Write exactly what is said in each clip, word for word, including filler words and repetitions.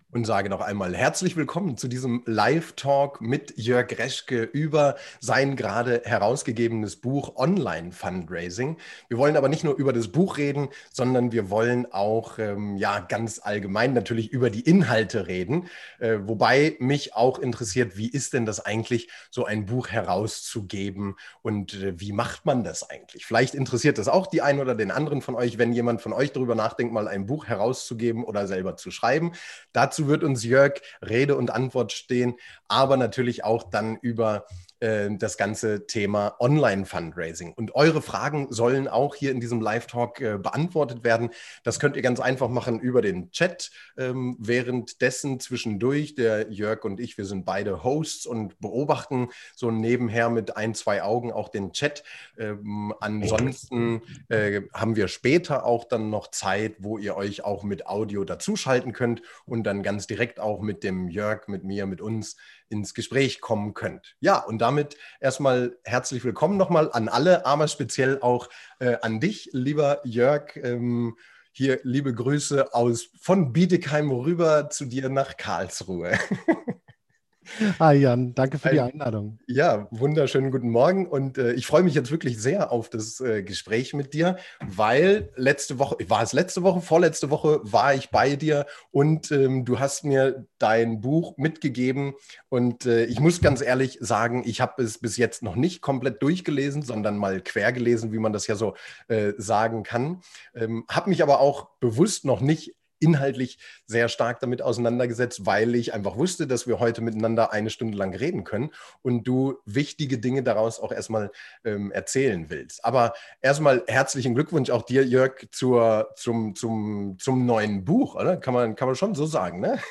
Und sage noch einmal herzlich willkommen zu diesem Live-Talk mit Jörg Reschke über sein gerade herausgegebenes Buch Online Fundraising. Wir wollen aber nicht nur über das Buch reden, sondern wir wollen auch ähm, ja, ganz allgemein natürlich über die Inhalte reden. Äh, wobei mich auch interessiert, wie ist denn das eigentlich, so ein Buch herauszugeben und äh, wie macht man das eigentlich? Vielleicht interessiert das auch die einen oder den anderen von euch, wenn jemand von euch darüber nachdenkt, mal ein Buch herauszugeben oder selber zu schreiben. Dazu wird uns Jörg Rede und Antwort stehen, aber natürlich auch dann über äh, das ganze Thema Online-Fundraising. Und eure Fragen sollen auch hier in diesem Live-Talk äh, beantwortet werden. Das könnt ihr ganz einfach machen über den Chat. Ähm, währenddessen zwischendurch, der Jörg und ich, wir sind beide Hosts und beobachten so nebenher mit ein, zwei Augen auch den Chat. Ähm, ansonsten äh, haben wir später auch dann noch Zeit, wo ihr euch auch mit Audio dazuschalten könnt und dann ganz direkt auch mit dem Jörg, mit mir, mit uns ins Gespräch kommen könnt. Ja, und damit erstmal herzlich willkommen nochmal an alle, aber speziell auch äh, an dich, lieber Jörg. Ähm, hier liebe Grüße aus von Bietigheim rüber zu dir nach Karlsruhe. Hi Jan, danke für die Ein, Einladung. ja, wunderschönen guten Morgen und äh, ich freue mich jetzt wirklich sehr auf das äh, Gespräch mit dir, weil letzte Woche, war es letzte Woche, vorletzte Woche war ich bei dir und ähm, du hast mir dein Buch mitgegeben und äh, ich muss ganz ehrlich sagen, ich habe es bis jetzt noch nicht komplett durchgelesen, sondern mal quer gelesen, wie man das ja so äh, sagen kann, ähm, habe mich aber auch bewusst noch nicht inhaltlich sehr stark damit auseinandergesetzt, weil ich einfach wusste, dass wir heute miteinander eine Stunde lang reden können und du wichtige Dinge daraus auch erstmal ähm, erzählen willst. Aber erstmal herzlichen Glückwunsch auch dir, Jörg, zur, zum, zum, zum neuen Buch, oder? Kann man, kann man schon so sagen, ne?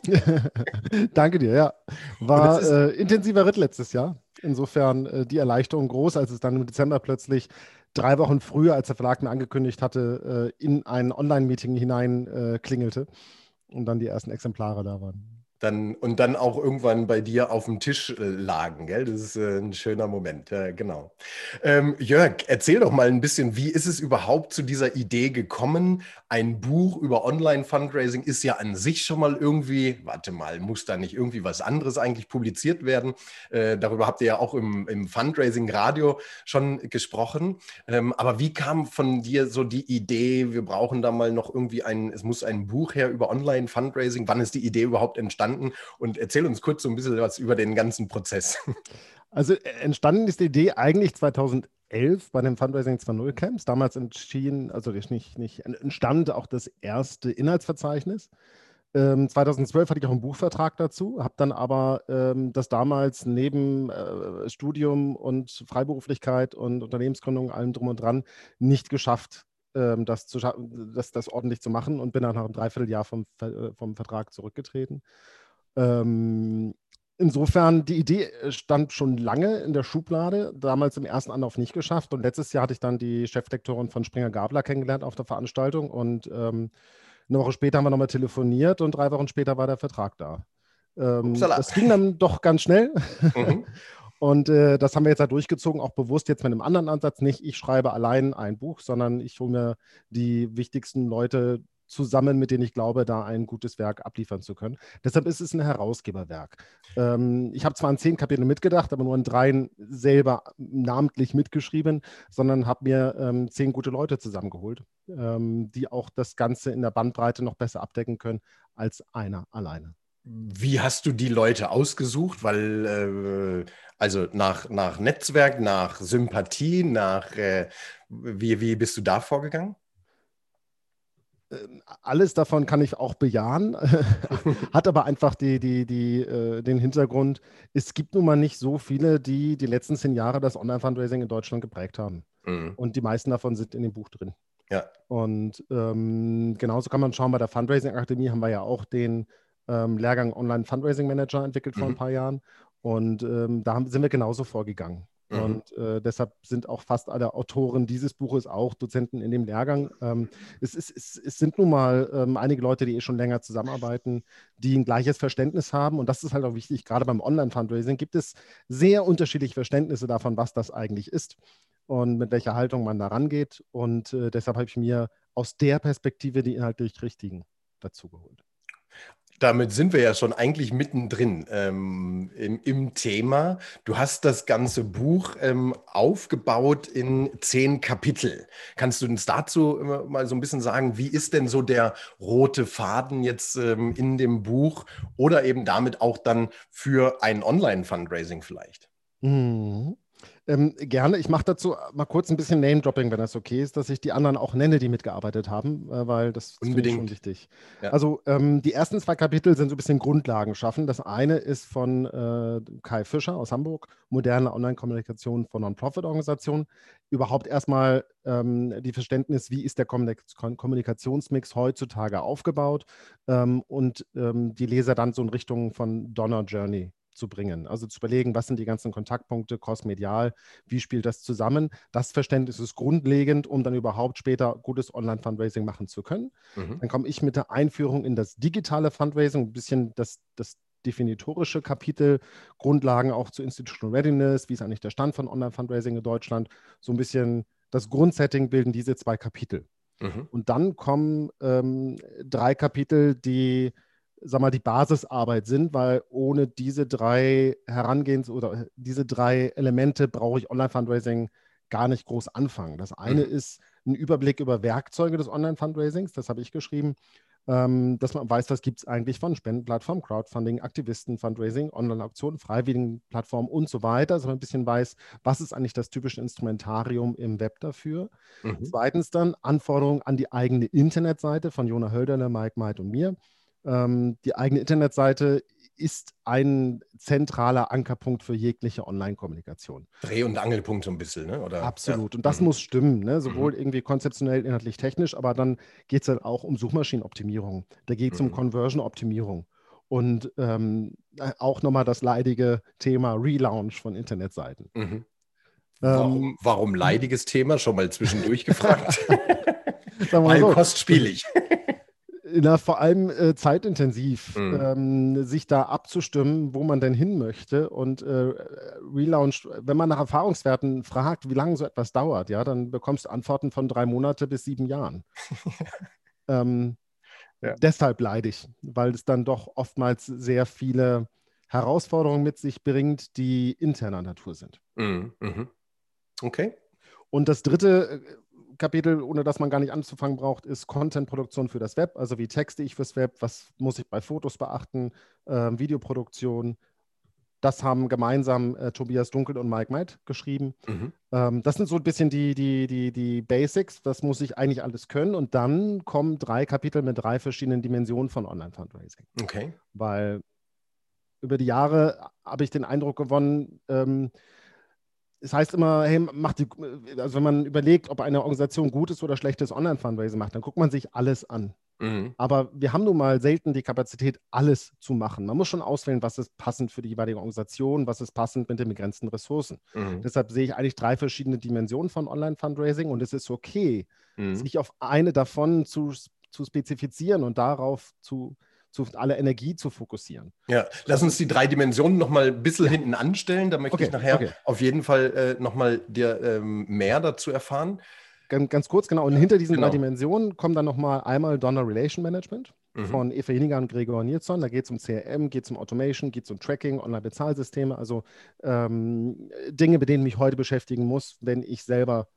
Danke dir, ja. Und es War ist, äh, intensiver Ritt letztes Jahr. Insofern äh, die Erleichterung groß, als es dann im Dezember plötzlich drei Wochen früher, als der Verlag mir angekündigt hatte, äh, in ein Online-Meeting hinein äh, klingelte und dann die ersten Exemplare da waren. Dann, und dann auch irgendwann bei dir auf dem Tisch äh, lagen, gell? Das ist äh, ein schöner Moment, ja, genau. Ähm, Jörg, erzähl doch mal ein bisschen, wie ist es überhaupt zu dieser Idee gekommen? Ein Buch über Online-Fundraising ist ja an sich schon mal irgendwie, warte mal, muss da nicht irgendwie was anderes eigentlich publiziert werden? Äh, darüber habt ihr ja auch im, im Fundraising-Radio schon gesprochen. Ähm, aber wie kam von dir so die Idee, wir brauchen da mal noch irgendwie ein, es muss ein Buch her über Online-Fundraising? Wann ist die Idee überhaupt entstanden? Und erzähl uns kurz so ein bisschen was über den ganzen Prozess. Also äh, entstanden ist die Idee eigentlich zweitausendelf bei den Fundraising zwei Punkt null Camps. Damals entschieden, also nicht, nicht, entstand auch das erste Inhaltsverzeichnis. Ähm, zweitausendzwölf hatte ich auch einen Buchvertrag dazu, habe dann aber ähm, das damals neben äh, Studium und Freiberuflichkeit und Unternehmensgründung, allem drum und dran, nicht geschafft, ähm, das, zu scha das, das ordentlich zu machen und bin dann nach einem Dreivierteljahr vom, Ver- äh, vom Vertrag zurückgetreten. Ähm, insofern, die Idee äh, stand schon lange in der Schublade, damals im ersten Anlauf nicht geschafft. Und letztes Jahr hatte ich dann die Cheflektorin von Springer Gabler kennengelernt auf der Veranstaltung. Und ähm, eine Woche später haben wir nochmal telefoniert und drei Wochen später war der Vertrag da. Ähm, Upsala. das ging dann doch ganz schnell. Mhm. Und äh, das haben wir jetzt halt durchgezogen, auch bewusst jetzt mit einem anderen Ansatz. Nicht, ich schreibe allein ein Buch, sondern ich hole mir die wichtigsten Leute zusammen, mit denen ich glaube, da ein gutes Werk abliefern zu können. Deshalb ist es ein Herausgeberwerk. Ähm, ich habe zwar an zehn Kapiteln mitgedacht, aber nur an dreien selber namentlich mitgeschrieben, sondern habe mir ähm, zehn gute Leute zusammengeholt, ähm, die auch das Ganze in der Bandbreite noch besser abdecken können als einer alleine. Wie hast du die Leute ausgesucht? Weil, äh, also nach, nach Netzwerk, nach Sympathie, nach, äh, wie, wie bist du da vorgegangen? Ähm, Alles davon kann ich auch bejahen, hat aber einfach die, die, die, äh, den Hintergrund, es gibt nun mal nicht so viele, die die letzten zehn Jahre das Online-Fundraising in Deutschland geprägt haben. Mhm. Und die meisten davon sind in dem Buch drin. Ja. Und ähm, genauso kann man schauen, bei der Fundraising Akademie haben wir ja auch den ähm, Lehrgang Online Fundraising Manager entwickelt vor ein Mhm. paar Jahren. Und ähm, da haben, sind wir genauso vorgegangen. Mhm. Und äh, deshalb sind auch fast alle Autoren dieses Buches auch Dozenten in dem Lehrgang. Ähm, es, ist, es, es sind nun mal ähm, einige Leute, die eh schon länger zusammenarbeiten, die ein gleiches Verständnis haben. Und das ist halt auch wichtig, gerade beim Online-Fundraising gibt es sehr unterschiedliche Verständnisse davon, was das eigentlich ist und mit welcher Haltung man da rangeht. Und äh, deshalb habe ich mir aus der Perspektive die inhaltlich richtigen dazu geholt. Damit sind wir ja schon eigentlich mittendrin ähm, im, im Thema. Du hast das ganze Buch ähm, aufgebaut in zehn Kapitel. Kannst du uns dazu immer mal so ein bisschen sagen, wie ist denn so der rote Faden jetzt ähm, in dem Buch oder eben damit auch dann für ein Online-Fundraising vielleicht? Mhm. Ähm, gerne. Ich mache dazu mal kurz ein bisschen Name-Dropping, wenn das okay ist, dass ich die anderen auch nenne, die mitgearbeitet haben, äh, weil das, das finde ich schon Unbedingt. wichtig. Ja. Also ähm, die ersten zwei Kapitel sind so ein bisschen Grundlagen schaffen. Das eine ist von äh, Kai Fischer aus Hamburg, moderne Online-Kommunikation von Non-Profit-Organisationen. Überhaupt erstmal ähm, die Verständnis, wie ist der Kommunik Kommunikationsmix heutzutage aufgebaut ähm, und ähm, die Leser dann so in Richtung von Donner Journey zu bringen. Also zu überlegen, was sind die ganzen Kontaktpunkte, crossmedial, wie spielt das zusammen. Das Verständnis ist grundlegend, um dann überhaupt später gutes Online-Fundraising machen zu können. Mhm. Dann komme ich mit der Einführung in das digitale Fundraising, ein bisschen das, das definitorische Kapitel, Grundlagen auch zu Institutional Readiness, wie ist eigentlich der Stand von Online-Fundraising in Deutschland, so ein bisschen das Grundsetting bilden diese zwei Kapitel. Mhm. Und dann kommen ähm, drei Kapitel, die, sag mal, die Basisarbeit sind, weil ohne diese drei Herangehens- oder diese drei Elemente brauche ich Online-Fundraising gar nicht groß anfangen. Das eine Mhm. ist ein Überblick über Werkzeuge des Online-Fundraisings, das habe ich geschrieben, ähm, dass man weiß, was gibt es eigentlich von Spendenplattformen, Crowdfunding, Aktivisten, Fundraising, Online-Auktionen, Freiwilligenplattformen und so weiter, dass man ein bisschen weiß, was ist eigentlich das typische Instrumentarium im Web dafür. Mhm. Zweitens dann Anforderungen an die eigene Internetseite von Jona Hölderle, Mike Meid und mir. Ähm, die eigene Internetseite ist ein zentraler Ankerpunkt für jegliche Online-Kommunikation. Dreh- und Angelpunkt so ein bisschen, ne? Oder? Ja. Absolut. Und das Mhm. muss stimmen, ne? Mhm. Sowohl irgendwie konzeptionell, inhaltlich, technisch, aber dann geht es dann auch um Suchmaschinenoptimierung. Da geht es um Mhm. Conversion-Optimierung. Und ähm, auch nochmal das leidige Thema Relaunch von Internetseiten. Mhm. Ähm, Warum, warum leidiges Thema? Schon mal zwischendurch gefragt. sagen wir mal Weil so. kostspielig. Na, vor allem äh, zeitintensiv, Mhm. ähm, sich da abzustimmen, wo man denn hin möchte. Und äh, Relaunch, wenn man nach Erfahrungswerten fragt, wie lange so etwas dauert, ja, dann bekommst du Antworten von drei Monate bis sieben Jahren. Ähm, Ja. deshalb leidig, weil es dann doch oftmals sehr viele Herausforderungen mit sich bringt, die interner Natur sind. Mhm. Mhm. Okay. Und das dritte äh, Kapitel, ohne dass man gar nicht anzufangen braucht, ist Content-Produktion für das Web. Also wie texte ich fürs Web, was muss ich bei Fotos beachten, äh, Videoproduktion. Das haben gemeinsam äh, Tobias Dunkel und Mike Meid geschrieben. Mhm. Ähm, das sind so ein bisschen die, die, die, die Basics. Das muss ich eigentlich alles können. Und dann kommen drei Kapitel mit drei verschiedenen Dimensionen von Online-Fundraising. Okay. Weil über die Jahre habe ich den Eindruck gewonnen, ähm, es heißt immer, hey, macht die, also wenn man überlegt, ob eine Organisation gutes oder schlechtes Online-Fundraising macht, dann guckt man sich alles an. Mhm. Aber wir haben nun mal selten die Kapazität, alles zu machen. Man muss schon auswählen, was ist passend für die jeweilige Organisation, was ist passend mit den begrenzten Ressourcen. Mhm. Deshalb sehe ich eigentlich drei verschiedene Dimensionen von Online-Fundraising und es ist okay, Mhm. sich auf eine davon zu, zu spezifizieren und darauf zu, zu alle Energie zu fokussieren. Ja, lass uns die drei Dimensionen noch mal ein bisschen Ja, hinten anstellen. Da möchte ich okay, nachher okay. auf jeden Fall äh, noch mal dir ähm, mehr dazu erfahren. Ganz, ganz kurz, genau. Und hinter diesen drei Genau. Dimensionen kommen dann nochmal einmal Donor Relation Management Mhm. von Eva Hiniger und Gregor Nilsson. Da geht es um C R M, geht es um Automation, geht es um Tracking, Online-Bezahlsysteme, also ähm, Dinge, mit denen ich mich heute beschäftigen muss, wenn ich selber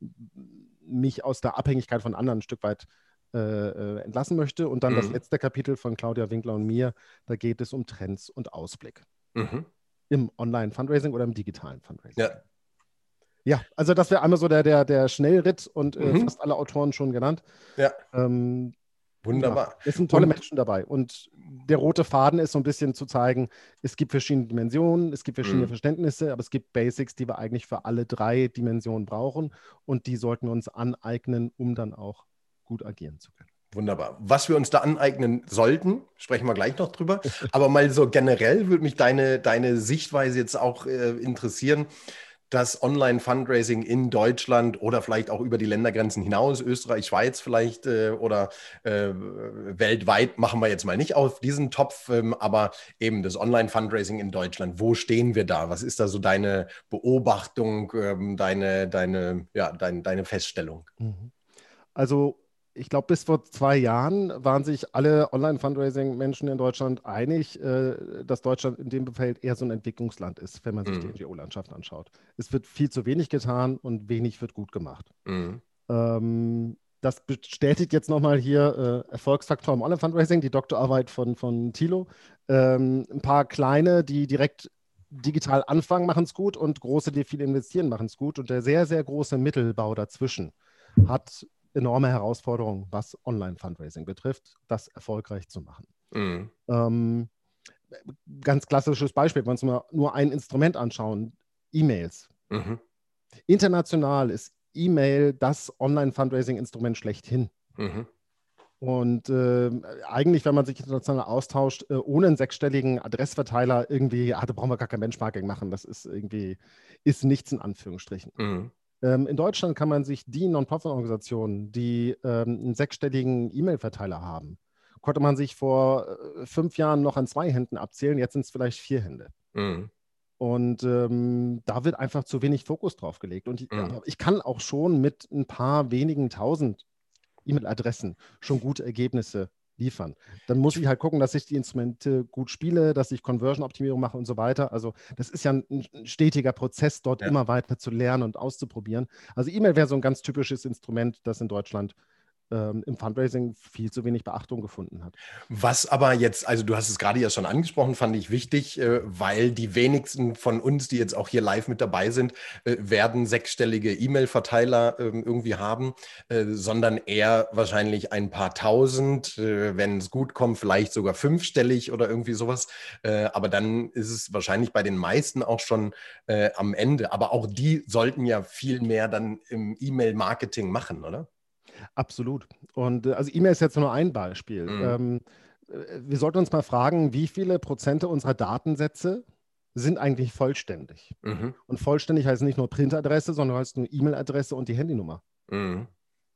mich aus der Abhängigkeit von anderen ein Stück weit äh, äh, entlassen möchte. Und dann das Mhm. letzte Kapitel von Claudia Winkler und mir, da geht es um Trends und Ausblick Mhm. im Online-Fundraising oder im digitalen Fundraising. Ja. Ja, also das wäre einmal so der, der, der Schnellritt und äh, Mhm. fast alle Autoren schon genannt. Ja, Ähm, ja, wunderbar. es sind tolle Und Menschen dabei. Und der rote Faden ist so ein bisschen zu zeigen, es gibt verschiedene Dimensionen, es gibt verschiedene mhm. Verständnisse, aber es gibt Basics, die wir eigentlich für alle drei Dimensionen brauchen. Und die sollten wir uns aneignen, um dann auch gut agieren zu können. Wunderbar. Was wir uns da aneignen sollten, sprechen wir gleich noch drüber. Aber mal so generell würde mich deine, deine Sichtweise jetzt auch äh, interessieren. Das Online-Fundraising in Deutschland oder vielleicht auch über die Ländergrenzen hinaus, Österreich, Schweiz vielleicht äh, oder äh, weltweit machen wir jetzt mal nicht auf diesen Topf, ähm, aber eben das Online-Fundraising in Deutschland. Wo stehen wir da? Was ist da so deine Beobachtung, ähm, deine, deine, ja, dein, deine Feststellung? Mhm. Also ich glaube, bis vor zwei Jahren waren sich alle Online-Fundraising-Menschen in Deutschland einig, äh, dass Deutschland in dem Feld eher so ein Entwicklungsland ist, wenn man sich die Mhm. N G O-Landschaft anschaut. Es wird viel zu wenig getan und wenig wird gut gemacht. Mhm. Ähm, das bestätigt jetzt nochmal hier äh, Erfolgsfaktor im Online-Fundraising, die Doktorarbeit von, von Thilo. Ähm, ein paar kleine, die direkt digital anfangen, machen es gut und große, die viel investieren, machen es gut. Und der sehr, sehr große Mittelbau dazwischen hat enorme Herausforderungen, was Online-Fundraising betrifft, das erfolgreich zu machen. Mhm. Ähm, ganz klassisches Beispiel, wenn wir uns mal nur ein Instrument anschauen, E-Mails. Mhm. International ist E-Mail das Online-Fundraising-Instrument schlechthin. Mhm. Und äh, eigentlich, wenn man sich international austauscht, äh, ohne einen sechsstelligen Adressverteiler irgendwie, ah, da brauchen wir gar kein Benchmarking machen. Das ist irgendwie, ist nichts in Anführungsstrichen. Mhm. Ähm, in Deutschland kann man sich die Non-Profit-Organisationen, die ähm, einen sechsstelligen E-Mail-Verteiler haben, konnte man sich vor äh, fünf Jahren noch an zwei Händen abzählen, jetzt sind es vielleicht vier Hände. Mhm. Und ähm, da wird einfach zu wenig Fokus drauf gelegt. Und ich, Mhm. aber ich kann auch schon mit ein paar wenigen tausend E-Mail-Adressen schon gute Ergebnisse liefern. Dann muss ich halt gucken, dass ich die Instrumente gut spiele, dass ich Conversion-Optimierung mache und so weiter. Also das ist ja ein, ein stetiger Prozess, dort Ja. immer weiter zu lernen und auszuprobieren. Also E-Mail wäre so ein ganz typisches Instrument, das in Deutschland ähm, im Fundraising viel zu wenig Beachtung gefunden hat. Was aber jetzt, also du hast es gerade ja schon angesprochen, fand ich wichtig, äh, weil die wenigsten von uns, die jetzt auch hier live mit dabei sind, äh, werden sechsstellige E-Mail-Verteiler ähm, irgendwie haben, äh, sondern eher wahrscheinlich ein paar tausend, äh, wenn es gut kommt, vielleicht sogar fünfstellig oder irgendwie sowas. Äh, aber dann ist es wahrscheinlich bei den meisten auch schon äh, am Ende. Aber auch die sollten ja viel mehr dann im E-Mail-Marketing machen, oder? Absolut. Und äh, also E-Mail ist jetzt nur ein Beispiel. Mhm. Ähm, äh, wir sollten uns mal fragen, wie viele Prozente unserer Datensätze sind eigentlich vollständig? Mhm. Und vollständig heißt nicht nur Printadresse, sondern heißt nur E-Mail-Adresse und die Handynummer. Mhm.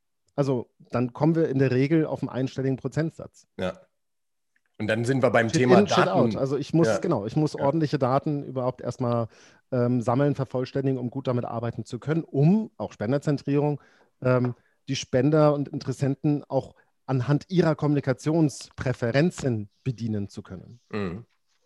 Also dann kommen wir in der Regel auf einen einstelligen Prozentsatz. Ja. Und dann sind wir beim Shit Thema in, shit out. Daten. Also ich muss, Ja, genau, ich muss ja. ordentliche Daten überhaupt erstmal ähm, sammeln, vervollständigen, um gut damit arbeiten zu können, um, auch Spenderzentrierung, ähm, die Spender und Interessenten auch anhand ihrer Kommunikationspräferenzen bedienen zu können. Mhm.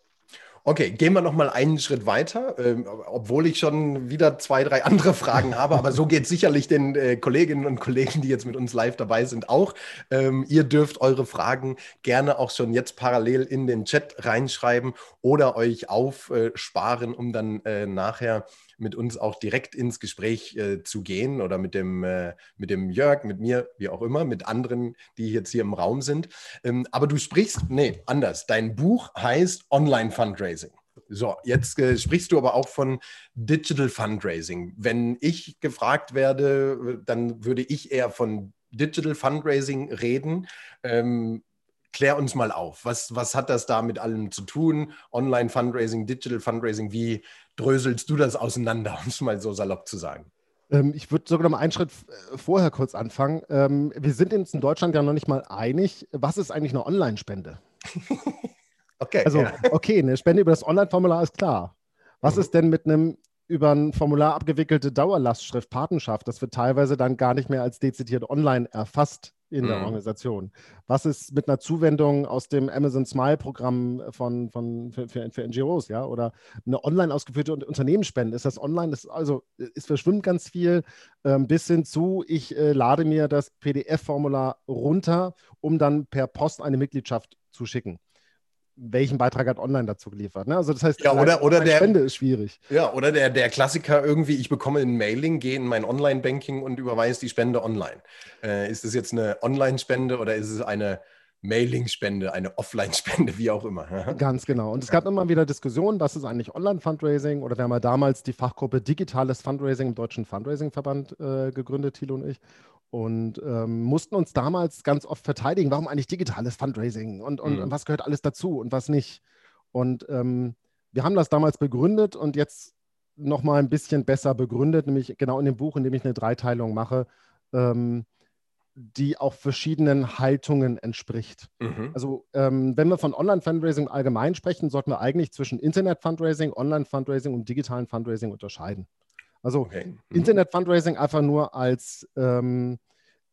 Okay, gehen wir noch mal einen Schritt weiter, ähm, obwohl ich schon wieder zwei, drei andere Fragen habe, aber so geht es sicherlich den äh, Kolleginnen und Kollegen, die jetzt mit uns live dabei sind, auch. Ähm, ihr dürft eure Fragen gerne auch schon jetzt parallel in den Chat reinschreiben oder euch aufsparen, um dann äh, nachher mit uns auch direkt ins Gespräch äh, zu gehen oder mit dem, äh, mit dem Jörg, mit mir, wie auch immer, mit anderen, die jetzt hier im Raum sind. Ähm, aber du sprichst, nee, anders. Dein Buch heißt Online Fundraising. So, jetzt äh, sprichst du aber auch von Digital Fundraising. Wenn ich gefragt werde, dann würde ich eher von Digital Fundraising reden. Ähm, klär uns mal auf. Was, was hat das da mit allem zu tun? Online Fundraising, Digital Fundraising, wie dröselst du das auseinander, um es mal so salopp zu sagen? Ähm, ich würde sogar noch mal einen Schritt äh, vorher kurz anfangen. Ähm, wir sind uns in Deutschland ja noch nicht mal einig, was ist eigentlich eine Online-Spende? Okay, Also, ja. okay, eine Spende über das Online-Formular ist klar. Was Mhm. ist denn mit einem über ein Formular abgewickelte Dauerlastschrift, Patenschaft? Das wird teilweise dann gar nicht mehr als dezidiert online erfasst in der Mhm. Organisation. Was ist mit einer Zuwendung aus dem Amazon Smile-Programm von, von, für, für, für N G Os, ja? Oder eine online ausgeführte Unternehmensspende? Ist das online? Das, also, es verschwimmt ganz viel ähm, bis hin zu, ich äh, lade mir das P D F-Formular runter, um dann per Post eine Mitgliedschaft zu schicken. Welchen Beitrag hat online dazu geliefert? Ne? Also das heißt, Ja, allein oder, oder eine der, Spende ist schwierig. Ja, oder der, der Klassiker irgendwie, ich bekomme ein Mailing, gehe in mein Online-Banking und überweise die Spende online. Äh, ist es jetzt eine Online-Spende oder ist es eine Mailing-Spende, eine Offline-Spende, wie auch immer? Ganz genau. Und es Ja. gab immer wieder Diskussionen, was ist eigentlich Online-Fundraising? Oder wir haben ja damals die Fachgruppe Digitales Fundraising im Deutschen Fundraising-Verband äh, gegründet, Thilo und ich. Und ähm, mussten uns damals ganz oft verteidigen, warum eigentlich digitales Fundraising und, und, und Mhm. was gehört alles dazu und was nicht. Und ähm, wir haben das damals begründet und jetzt nochmal ein bisschen besser begründet, nämlich genau in dem Buch, in dem ich eine Dreiteilung mache. Ähm, die auch verschiedenen Haltungen entspricht. Mhm. Also ähm, wenn wir von Online-Fundraising allgemein sprechen, sollten wir eigentlich zwischen Internet-Fundraising, Online-Fundraising und digitalen Fundraising unterscheiden. Also Okay. Mhm. Internet-Fundraising einfach nur als, ähm,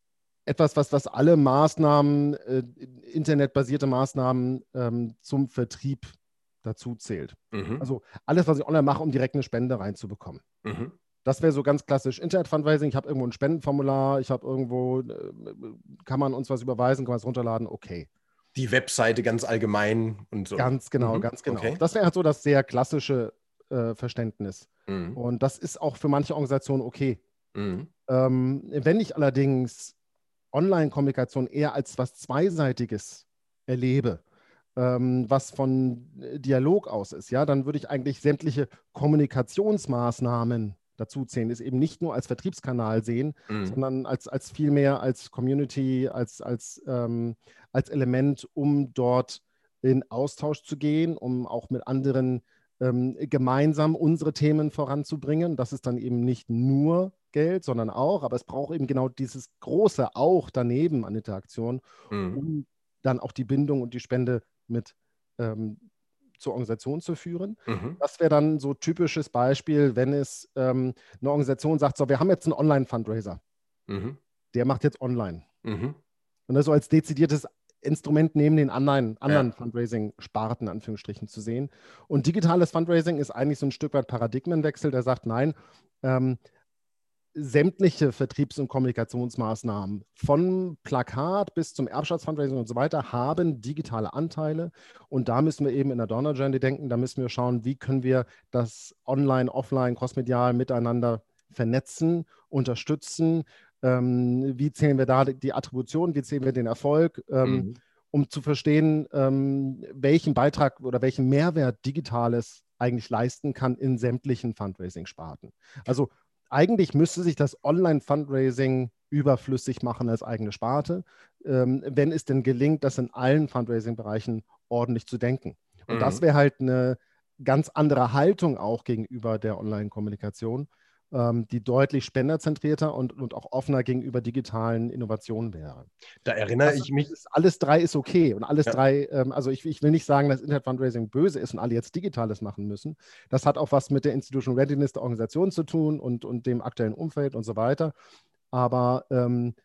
etwas, was, was alle Maßnahmen, äh, internetbasierte Maßnahmen ähm, zum Vertrieb dazu zählt. Mhm. Also alles, was ich online mache, um direkt eine Spende reinzubekommen. Mhm. Das wäre so ganz klassisch Internet-Fundraising. Ich habe irgendwo ein Spendenformular, ich habe irgendwo, äh, kann man uns was überweisen, kann man es runterladen, okay. Die Webseite ganz allgemein und so. Ganz genau, Mhm. ganz genau. Okay. Das wäre halt so das sehr klassische äh, Verständnis. Mhm. Und das ist auch für manche Organisationen okay. Mhm. Ähm, wenn ich allerdings Online-Kommunikation eher als was Zweiseitiges erlebe, ähm, was von Dialog aus ist, ja, dann würde ich eigentlich sämtliche Kommunikationsmaßnahmen dazu zählen, ist eben nicht nur als Vertriebskanal sehen, Mhm. sondern als, als viel mehr als Community, als, als, ähm, als Element, um dort in Austausch zu gehen, um auch mit anderen ähm, gemeinsam unsere Themen voranzubringen. Das ist dann eben nicht nur Geld, sondern auch, aber es braucht eben genau dieses große Auch daneben an Interaktion, Mhm. um dann auch die Bindung und die Spende mit ähm, zur Organisation zu führen. Mhm. Das wäre dann so ein typisches Beispiel, wenn es ähm, eine Organisation sagt, so, wir haben jetzt einen Online-Fundraiser, Mhm. der macht jetzt online. Mhm. Und das so als dezidiertes Instrument neben den anderen, anderen Ja. Fundraising-Sparten, in Anführungsstrichen, zu sehen. Und digitales Fundraising ist eigentlich so ein Stück weit Paradigmenwechsel, der sagt, nein, ähm, sämtliche Vertriebs- und Kommunikationsmaßnahmen von Plakat bis zum Erbschaftsfundraising und so weiter haben digitale Anteile. Und da müssen wir eben in der Donor Journey denken, da müssen wir schauen, wie können wir das online, offline, crossmedial miteinander vernetzen, unterstützen. Ähm, wie zählen wir da die Attribution, wie zählen wir den Erfolg, ähm, Mhm. um zu verstehen, ähm, welchen Beitrag oder welchen Mehrwert Digitales eigentlich leisten kann in sämtlichen Fundraising-Sparten. Also eigentlich müsste sich das Online-Fundraising überflüssig machen als eigene Sparte, ähm, wenn es denn gelingt, das in allen Fundraising-Bereichen ordentlich zu denken. Und das Mhm. wäre halt eine ganz andere Haltung auch gegenüber der Online-Kommunikation, ähm, die deutlich spenderzentrierter und, und auch offener gegenüber digitalen Innovationen wäre. Da erinnere Das ich mich. ist, alles drei ist okay und alles Ja. drei, ähm, also ich, ich will nicht sagen, dass Internet-Fundraising böse ist und alle jetzt Digitales machen müssen. Das hat auch was mit der Institutional Readiness der Organisation zu tun und, und dem aktuellen Umfeld und so weiter. Aber ähm,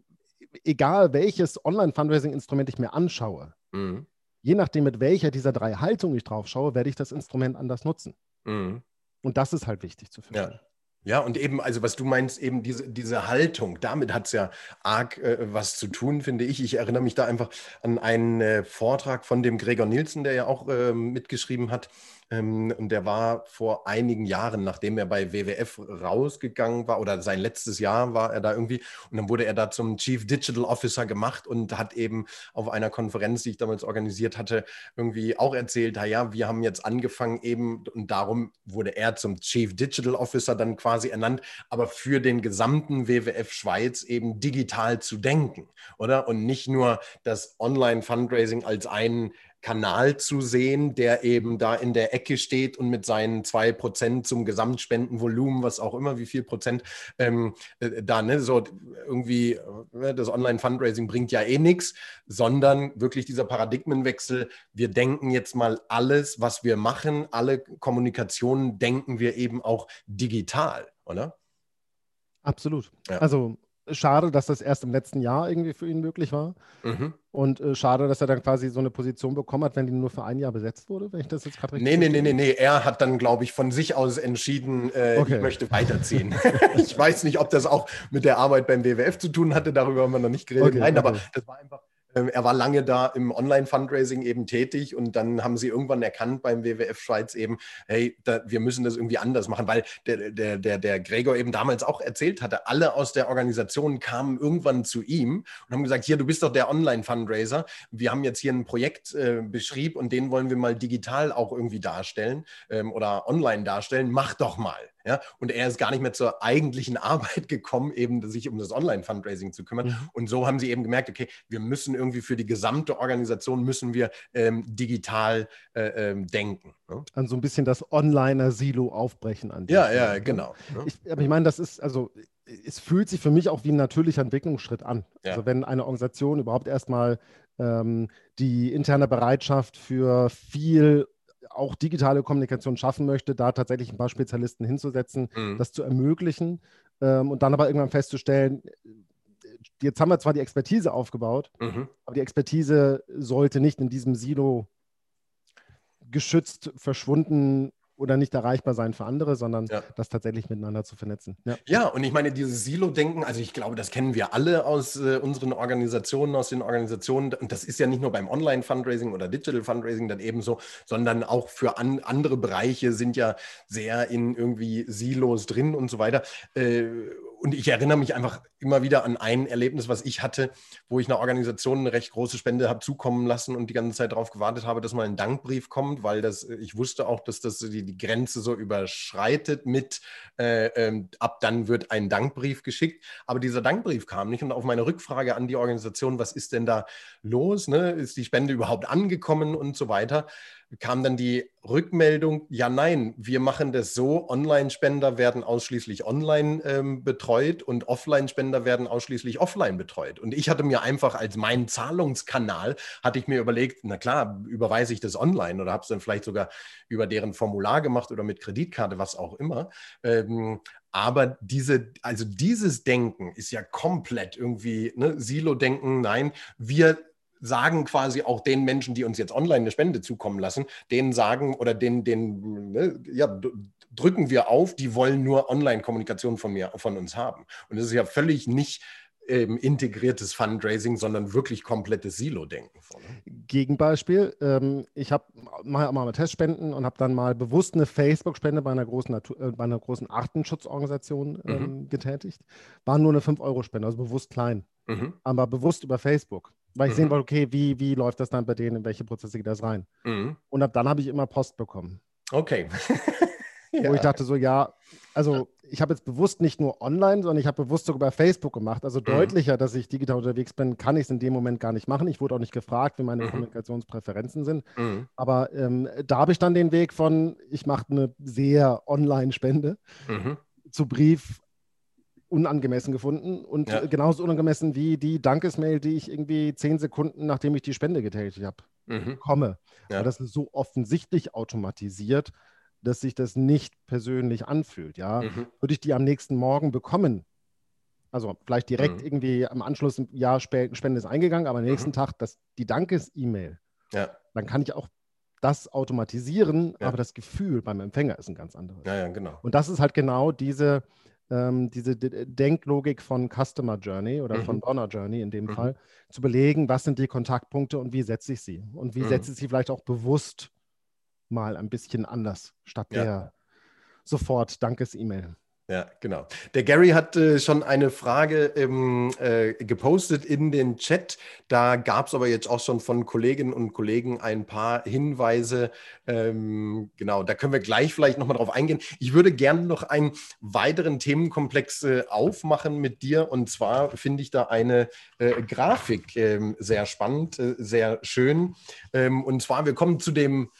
egal welches Online-Fundraising-Instrument ich mir anschaue, Mhm. je nachdem, mit welcher dieser drei Haltungen ich drauf schaue, werde ich das Instrument anders nutzen. Mhm. Und das ist halt wichtig zu Ja. verstehen. Ja, und eben, also was du meinst, eben diese, diese Haltung, damit hat es ja arg äh, was zu tun, finde ich. Ich erinnere mich da einfach an einen äh, Vortrag von dem Gregor Nielsen, der ja auch äh, mitgeschrieben hat. Ähm, und der war vor einigen Jahren, nachdem er bei W W F rausgegangen war, oder sein letztes Jahr war er da irgendwie, und dann wurde er da zum Chief Digital Officer gemacht und hat eben auf einer Konferenz, die ich damals organisiert hatte, irgendwie auch erzählt, ja, wir haben jetzt angefangen eben, und darum wurde er zum Chief Digital Officer dann quasi ernannt, aber für den gesamten W W F Schweiz eben digital zu denken, oder? Und nicht nur das Online-Fundraising als einen Kanal zu sehen, der eben da in der Ecke steht und mit seinen zwei Prozent zum Gesamtspendenvolumen, was auch immer, wie viel Prozent, ähm, äh, da, ne, so irgendwie, äh, das Online-Fundraising bringt ja eh nichts, sondern wirklich dieser Paradigmenwechsel, wir denken jetzt mal alles, was wir machen, alle Kommunikationen denken wir eben auch digital, oder? Absolut. Ja. Also schade, dass das erst im letzten Jahr irgendwie für ihn möglich war. Mhm. Und äh, schade, dass er dann quasi so eine Position bekommen hat, wenn die nur für ein Jahr besetzt wurde, wenn ich das jetzt gerade richtig Nee, nee, nee, verstehe. nee, nee. Er hat dann, glaube ich, von sich aus entschieden, äh, ich Okay. möchte weiterziehen. Ich weiß nicht, ob das auch mit der Arbeit beim W W F zu tun hatte, darüber haben wir noch nicht geredet. Okay, Nein, aber okay. das war einfach, ähm, er war lange da im Online-Fundraising eben tätig und dann haben sie irgendwann erkannt beim W W F Schweiz eben, hey, da, wir müssen das irgendwie anders machen, weil der, der, der, der Gregor eben damals auch erzählt hatte, alle aus der Organisation kamen irgendwann zu ihm und haben gesagt, hier, du bist doch der Online-Fundraiser, wir haben jetzt hier ein Projekt äh, beschrieben und den wollen wir mal digital auch irgendwie darstellen ähm, oder online darstellen, mach doch mal. Ja? Und er ist gar nicht mehr zur eigentlichen Arbeit gekommen, eben sich um das Online-Fundraising zu kümmern. Mhm. Und so haben sie eben gemerkt, okay, wir müssen irgendwie für die gesamte Organisation müssen wir ähm, digital äh, ähm, denken. Ne? An so ein bisschen das Onliner-Silo aufbrechen an der Ja, Stelle. ja, genau. Ne? Ich, aber ich meine, das ist, also es fühlt sich für mich auch wie ein natürlicher Entwicklungsschritt an. Ja. Also wenn eine Organisation überhaupt erstmal ähm, die interne Bereitschaft für viel auch digitale Kommunikation schaffen möchte, da tatsächlich ein paar Spezialisten hinzusetzen, Mhm. das zu ermöglichen ähm, und dann aber irgendwann festzustellen, jetzt haben wir zwar die Expertise aufgebaut, Mhm. aber die Expertise sollte nicht in diesem Silo geschützt, verschwunden oder nicht erreichbar sein für andere, sondern Ja. das tatsächlich miteinander zu vernetzen. Ja, Ja, und ich meine, dieses Silo-Denken, also ich glaube, das kennen wir alle aus äh, unseren Organisationen, aus den Organisationen. Und das ist ja nicht nur beim Online-Fundraising oder Digital-Fundraising dann ebenso, sondern auch für an, andere Bereiche sind ja sehr in irgendwie Silos drin und so weiter. Äh, und ich erinnere mich einfach immer wieder an ein Erlebnis, was ich hatte, wo ich einer Organisation eine recht große Spende habe zukommen lassen und die ganze Zeit darauf gewartet habe, dass mal ein Dankbrief kommt, weil das, ich wusste auch, dass das die, die Grenze so überschreitet mit äh, ähm, ab dann wird ein Dankbrief geschickt. Aber dieser Dankbrief kam nicht. Und auf meine Rückfrage an die Organisation, was ist denn da los? Ne? Ist die Spende überhaupt angekommen und so weiter? Kam dann die Rückmeldung, ja, nein, wir machen das so, Online-Spender werden ausschließlich online ähm, betreut und Offline-Spender werden ausschließlich offline betreut. Und ich hatte mir einfach als meinen Zahlungskanal, hatte ich mir überlegt, na klar, überweise ich das online oder habe es dann vielleicht sogar über deren Formular gemacht oder mit Kreditkarte, was auch immer. Ähm, aber diese, also dieses Denken ist ja komplett irgendwie, ne, Silo-Denken, nein, wir sagen quasi auch den Menschen, die uns jetzt online eine Spende zukommen lassen, denen sagen oder den, den ne, ja, drücken wir auf, die wollen nur Online-Kommunikation von mir, von uns haben. Und das ist ja völlig nicht ähm, integriertes Fundraising, sondern wirklich komplettes Silo-Denken. Gegenbeispiel, ähm, ich habe mal, mal Testspenden und habe dann mal bewusst eine Facebook-Spende bei einer großen, Natur, äh, bei einer großen Artenschutzorganisation ähm, Mhm. getätigt. War nur eine fünf Euro Spende, also bewusst klein, Mhm. aber bewusst über Facebook, weil ich sehen Mhm. wollte, okay, wie, wie läuft das dann bei denen, in welche Prozesse geht das rein? Mhm. Und ab dann habe ich immer Post bekommen. Okay. Wo ich Ja. dachte so, ja, also ich habe jetzt bewusst nicht nur online, sondern ich habe bewusst sogar bei Facebook gemacht. Also Mhm. deutlicher, dass ich digital unterwegs bin, kann ich es in dem Moment gar nicht machen. Ich wurde auch nicht gefragt, wie meine Mhm. Kommunikationspräferenzen sind. Mhm. Aber ähm, da habe ich dann den Weg von, ich mache eine sehr Online-Spende Mhm. zu Brief unangemessen gefunden und Ja. äh, genauso unangemessen wie die Dankesmail, die ich irgendwie zehn Sekunden, nachdem ich die Spende getätigt habe, Mhm. bekomme. Weil Ja. das ist so offensichtlich automatisiert, dass sich das nicht persönlich anfühlt. Ja, Mhm. würde ich die am nächsten Morgen bekommen, also vielleicht direkt Mhm. irgendwie am Anschluss, ja, Spende ist eingegangen, aber am Mhm. nächsten Tag das, die Dankes-E-Mail, Ja. dann kann ich auch das automatisieren, Ja. aber das Gefühl beim Empfänger ist ein ganz anderes. Ja, ja, genau. Und das ist halt genau diese, ähm, diese D- Denklogik von Customer Journey oder Mhm. von Donor Journey in dem Mhm. Fall, zu belegen, was sind die Kontaktpunkte und wie setze ich sie? Und wie Mhm. setze ich sie vielleicht auch bewusst mal ein bisschen anders, statt Ja. der sofort Dankes-E-Mail. Ja, genau. Der Gary hat äh, schon eine Frage ähm, äh, gepostet in den Chat. Da gab es aber jetzt auch schon von Kolleginnen und Kollegen ein paar Hinweise. Ähm, genau, da können wir gleich vielleicht nochmal drauf eingehen. Ich würde gerne noch einen weiteren Themenkomplex äh, aufmachen mit dir. Und zwar finde ich da eine äh, Grafik ähm, sehr spannend, äh, sehr schön. Ähm, und zwar, wir kommen zu dem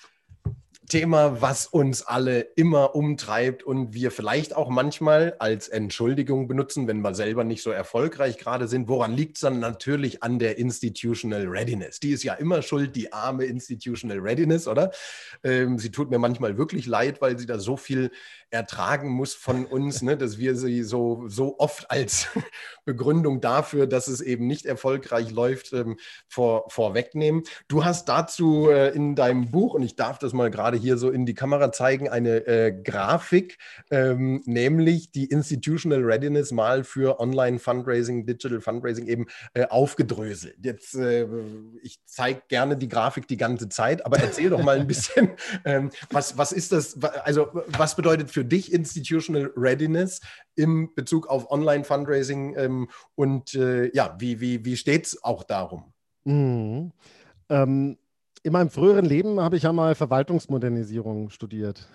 Thema, was uns alle immer umtreibt und wir vielleicht auch manchmal als Entschuldigung benutzen, wenn wir selber nicht so erfolgreich gerade sind. Woran liegt es dann? Natürlich an der Institutional Readiness. Die ist ja immer schuld, die arme Institutional Readiness, oder? Ähm, sie tut mir manchmal wirklich leid, weil sie da so viel ertragen muss von uns, ne, dass wir sie so, so oft als Begründung dafür, dass es eben nicht erfolgreich läuft, ähm, vor, vorwegnehmen. Du hast dazu äh, in deinem Buch, und ich darf das mal gerade hier so in die Kamera zeigen, eine äh, Grafik, ähm, nämlich die Institutional Readiness mal für Online-Fundraising, Digital Fundraising eben äh, aufgedröselt. Jetzt, äh, ich zeige gerne die Grafik die ganze Zeit, aber erzähl doch mal ein bisschen, ähm, was, was ist das, also was bedeutet für dich Institutional Readiness im Bezug auf Online-Fundraising ähm, und äh, ja, wie, wie, wie steht es auch darum? Mhm. Ähm, in meinem früheren Leben habe ich ja mal Verwaltungsmodernisierung studiert.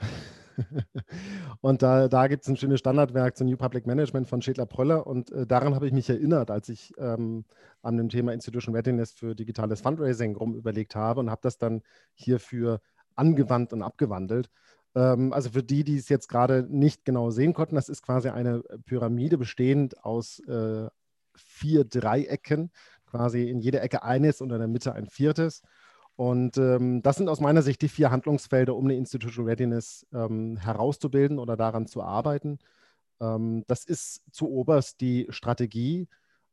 Und da, da gibt es ein schönes Standardwerk zu New Public Management von Schädler-Pröller. Und äh, daran habe ich mich erinnert, als ich ähm, an dem Thema Institutional Readiness für digitales Fundraising rum überlegt habe und habe das dann hierfür angewandt und abgewandelt. Ähm, also für die, die es jetzt gerade nicht genau sehen konnten, das ist quasi eine Pyramide bestehend aus äh, vier Dreiecken, quasi in jeder Ecke eines und in der Mitte ein viertes. Und ähm, das sind aus meiner Sicht die vier Handlungsfelder, um eine Institutional Readiness ähm, herauszubilden oder daran zu arbeiten. Ähm, das ist zu oberst die Strategie,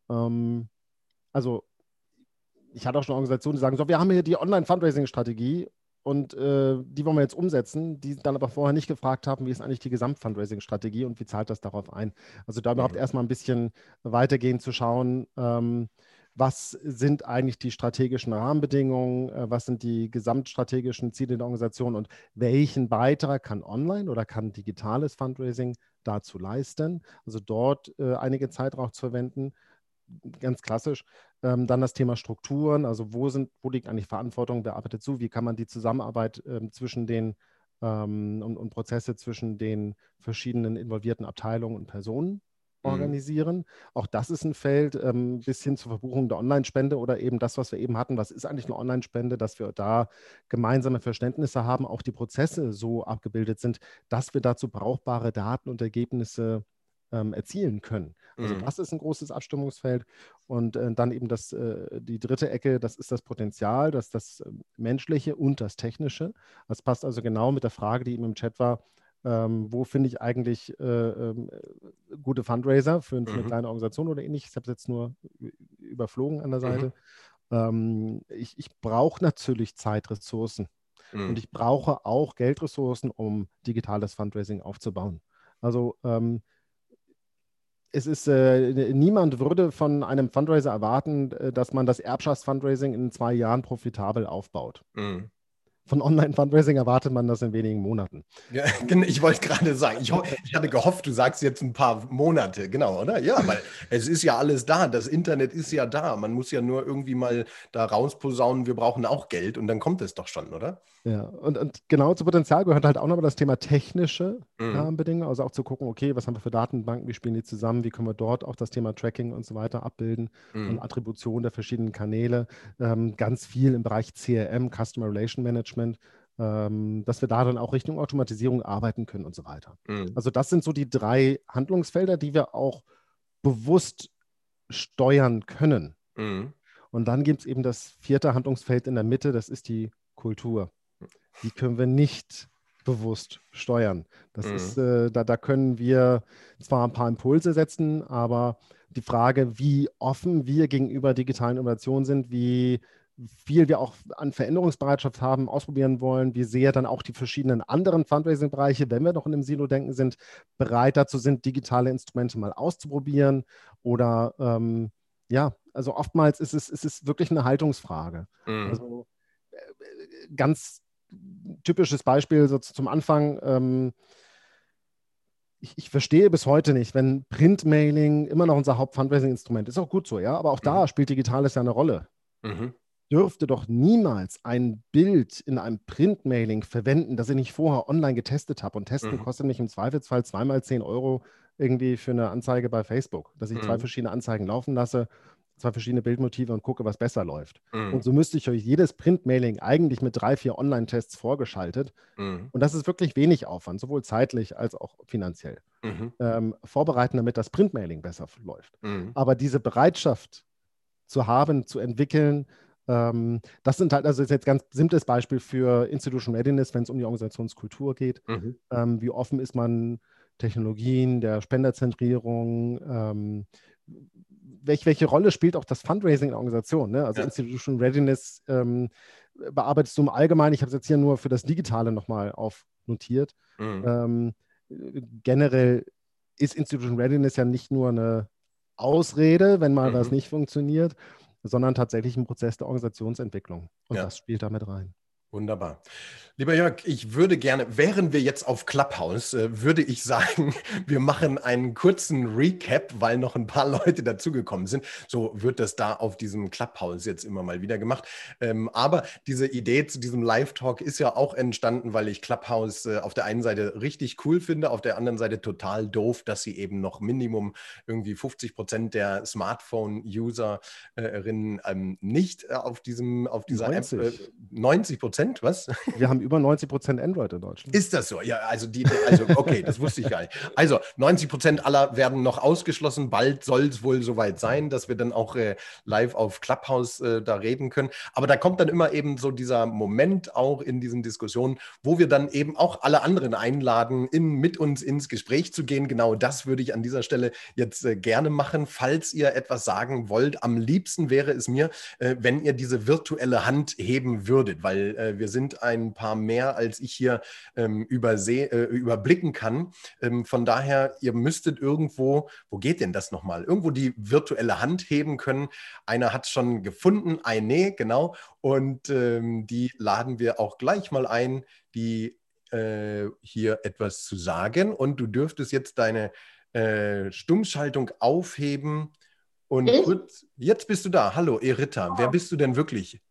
Ähm, also ich hatte auch schon Organisationen, die sagen, so, wir haben hier die Online-Fundraising-Strategie und äh, die wollen wir jetzt umsetzen, die dann aber vorher nicht gefragt haben, wie ist eigentlich die Gesamt-Fundraising-Strategie und wie zahlt das darauf ein. Also da überhaupt Mhm. erstmal ein bisschen weitergehen zu schauen, ähm, was sind eigentlich die strategischen Rahmenbedingungen, äh, was sind die gesamtstrategischen Ziele der Organisation und welchen Beitrag kann online oder kann digitales Fundraising dazu leisten. Also dort äh, einige Zeit drauf zu verwenden, ganz klassisch. Ähm, dann das Thema Strukturen, also wo sind, wo liegt eigentlich Verantwortung, wer arbeitet zu, wie kann man die Zusammenarbeit ähm, zwischen den ähm, und, und Prozesse zwischen den verschiedenen involvierten Abteilungen und Personen Mhm. organisieren. Auch das ist ein Feld, ähm, bis hin zur Verbuchung der Online-Spende oder eben das, was wir eben hatten, was ist eigentlich eine Online-Spende, dass wir da gemeinsame Verständnisse haben, auch die Prozesse so abgebildet sind, dass wir dazu brauchbare Daten und Ergebnisse ähm, erzielen können. Also Mhm. das ist ein großes Abstimmungsfeld. Und äh, dann eben das, äh, die dritte Ecke, das ist das Potenzial, das, das äh, Menschliche und das Technische. Das passt also genau mit der Frage, die eben im Chat war, ähm, wo finde ich eigentlich äh, ähm, gute Fundraiser für, für eine Mhm. kleine Organisation oder ähnlich. Ich habe es jetzt nur überflogen an der Mhm. Seite. Ähm, ich ich brauche natürlich Zeitressourcen und Mhm. ich brauche auch Geldressourcen, um digitales Fundraising aufzubauen. Also ähm, es ist, äh, niemand würde von einem Fundraiser erwarten, äh, dass man das Erbschaftsfundraising in zwei Jahren profitabel aufbaut. Mhm. Von Online-Fundraising erwartet man das in wenigen Monaten. Ja, gen- ich wollte gerade sagen, ich, ho ich hatte gehofft, du sagst jetzt ein paar Monate, genau, oder? Ja, weil es ist ja alles da, das Internet ist ja da. Man muss ja nur irgendwie mal da rausposaunen, wir brauchen auch Geld und dann kommt es doch schon, oder? Ja, und, und genau zu Potenzial gehört halt auch nochmal das Thema technische Mhm. Rahmenbedingungen, also auch zu gucken, okay, was haben wir für Datenbanken, wie spielen die zusammen, wie können wir dort auch das Thema Tracking und so weiter abbilden und Mhm. Attribution der verschiedenen Kanäle, ähm, ganz viel im Bereich C R M, Customer Relation Management, ähm, dass wir da dann auch Richtung Automatisierung arbeiten können und so weiter. Mhm. Also das sind so die drei Handlungsfelder, die wir auch bewusst steuern können. Mhm. Und dann gibt es eben das vierte Handlungsfeld in der Mitte, das ist die Kultur. Die können wir nicht bewusst steuern. Das ist, Mhm. äh, da, da können wir zwar ein paar Impulse setzen, aber die Frage, wie offen wir gegenüber digitalen Innovationen sind, wie viel wir auch an Veränderungsbereitschaft haben, ausprobieren wollen, wie sehr dann auch die verschiedenen anderen Fundraising-Bereiche, wenn wir noch in einem Silo-Denken sind, bereit dazu sind, digitale Instrumente mal auszuprobieren oder ähm, ja, also oftmals ist es, ist es wirklich eine Haltungsfrage. Mhm. Also äh, ganz typisches Beispiel so zum Anfang. Ähm, ich, ich verstehe bis heute nicht, wenn Printmailing immer noch unser Haupt-Fundraising-Instrument ist, auch gut so, ja, aber auch Mhm. da spielt Digitales ja eine Rolle. Mhm. Dürfte doch niemals ein Bild in einem Printmailing verwenden, das ich nicht vorher online getestet habe. Und testen Mhm. kostet mich im Zweifelsfall zweimal zehn Euro irgendwie für eine Anzeige bei Facebook, dass ich zwei Mhm. verschiedene Anzeigen laufen lasse, zwei verschiedene Bildmotive und gucke, was besser läuft. Und Mhm. so müsste ich euch jedes Printmailing eigentlich mit drei, vier Online-Tests vorgeschaltet. Mhm. Und das ist wirklich wenig Aufwand, sowohl zeitlich als auch finanziell. Mhm. Ähm, vorbereiten, damit das Printmailing besser läuft. Mhm. Aber diese Bereitschaft zu haben, zu entwickeln, ähm, das sind halt, also ist jetzt ein ganz simples Beispiel für Institution Readiness, wenn es um die Organisationskultur geht. Mhm. Ähm, wie offen ist man Technologien, der Spenderzentrierung, ähm, welch, welche Rolle spielt auch das Fundraising in der Organisation? Ne? Also Ja. Institution Readiness ähm, bearbeitest du im Allgemeinen, ich habe es jetzt hier nur für das Digitale nochmal aufnotiert. Mhm. Ähm, generell ist Institution Readiness ja nicht nur eine Ausrede, wenn mal was Mhm. nicht funktioniert, sondern tatsächlich ein Prozess der Organisationsentwicklung. Und Ja. das spielt damit rein. Wunderbar. Lieber Jörg, ich würde gerne, wären wir jetzt auf Clubhouse, äh, würde ich sagen, wir machen einen kurzen Recap, weil noch ein paar Leute dazugekommen sind. So wird das da auf diesem Clubhouse jetzt immer mal wieder gemacht. Ähm, aber diese Idee zu diesem Live-Talk ist ja auch entstanden, weil ich Clubhouse äh, auf der einen Seite richtig cool finde, auf der anderen Seite total doof, dass sie eben noch Minimum irgendwie fünfzig Prozent der Smartphone-Userinnen ähm, nicht äh, auf diesem, auf dieser App, äh, neunzig. neunzig Prozent, was? Wir haben haben über neunzig Prozent Android in Deutschland. Ist das so? Ja, also, die, also okay, das wusste ich gar nicht. Also neunzig Prozent aller werden noch ausgeschlossen. Bald soll es wohl soweit sein, dass wir dann auch äh, live auf Clubhouse äh, da reden können. Aber da kommt dann immer eben so dieser Moment auch in diesen Diskussionen, wo wir dann eben auch alle anderen einladen, in, mit uns ins Gespräch zu gehen. Genau das würde ich an dieser Stelle jetzt äh, gerne machen, falls ihr etwas sagen wollt. Am liebsten wäre es mir, äh, wenn ihr diese virtuelle Hand heben würdet, weil äh, wir sind ein paar mehr, als ich hier ähm, überseh, äh, überblicken kann. Ähm, von daher, ihr müsstet irgendwo, wo geht denn das nochmal? Irgendwo die virtuelle Hand heben können. Einer hat es schon gefunden, eine, genau. Und ähm, die laden wir auch gleich mal ein, die äh, hier etwas zu sagen. Und du dürftest jetzt deine äh, Stummschaltung aufheben. Und Ich? kurz, jetzt bist du da. Hallo, Erita. Wer bist du denn wirklich?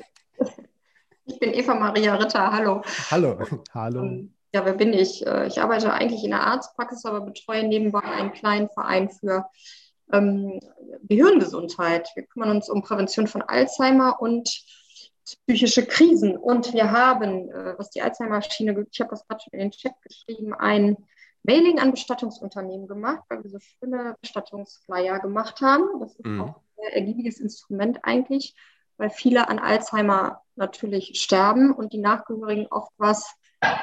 Ich bin Eva Maria Ritter, hallo. Hallo. Hallo. Ähm, Ja, wer bin ich? Äh, Ich arbeite eigentlich in der Arztpraxis, aber betreue nebenbei einen kleinen Verein für ähm, Gehirngesundheit. Wir kümmern uns um Prävention von Alzheimer und psychische Krisen. Und wir haben, äh, was die Alzheimer-Schiene, ich habe das gerade schon in den Chat geschrieben, ein Mailing an Bestattungsunternehmen gemacht, weil wir so schöne Bestattungsflyer gemacht haben. Das ist Mhm. auch ein sehr ergiebiges Instrument eigentlich, weil viele an Alzheimer natürlich sterben und die Nachgehörigen oft was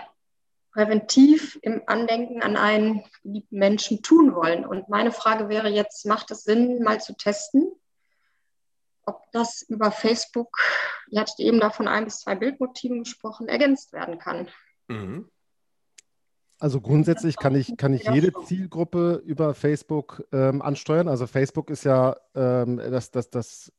präventiv im Andenken an einen geliebten Menschen tun wollen. Und meine Frage wäre jetzt, macht es Sinn, mal zu testen, ob das über Facebook, ihr hattet eben davon ein bis zwei Bildmotiven gesprochen, ergänzt werden kann? Mhm. Also grundsätzlich kann ich, kann ich jede Zielgruppe über Facebook ähm, ansteuern. Also Facebook ist ja ähm, das, das, das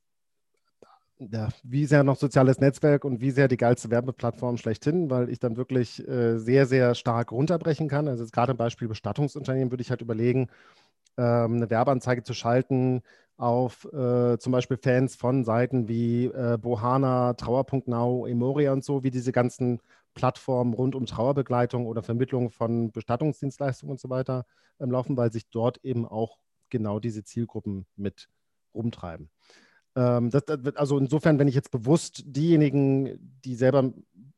ja, wie sehr noch soziales Netzwerk und wie sehr die geilste Werbeplattform schlechthin, weil ich dann wirklich äh, sehr, sehr stark runterbrechen kann. Also jetzt gerade im Beispiel Bestattungsunternehmen würde ich halt überlegen, ähm, eine Werbeanzeige zu schalten auf äh, zum Beispiel Fans von Seiten wie äh, Bohana, Trauer Punkt now, Emoria und so, wie diese ganzen Plattformen rund um Trauerbegleitung oder Vermittlung von Bestattungsdienstleistungen und so weiter ähm, laufen, weil sich dort eben auch genau diese Zielgruppen mit rumtreiben. Ähm, das, das, also insofern, wenn ich jetzt bewusst diejenigen, die selber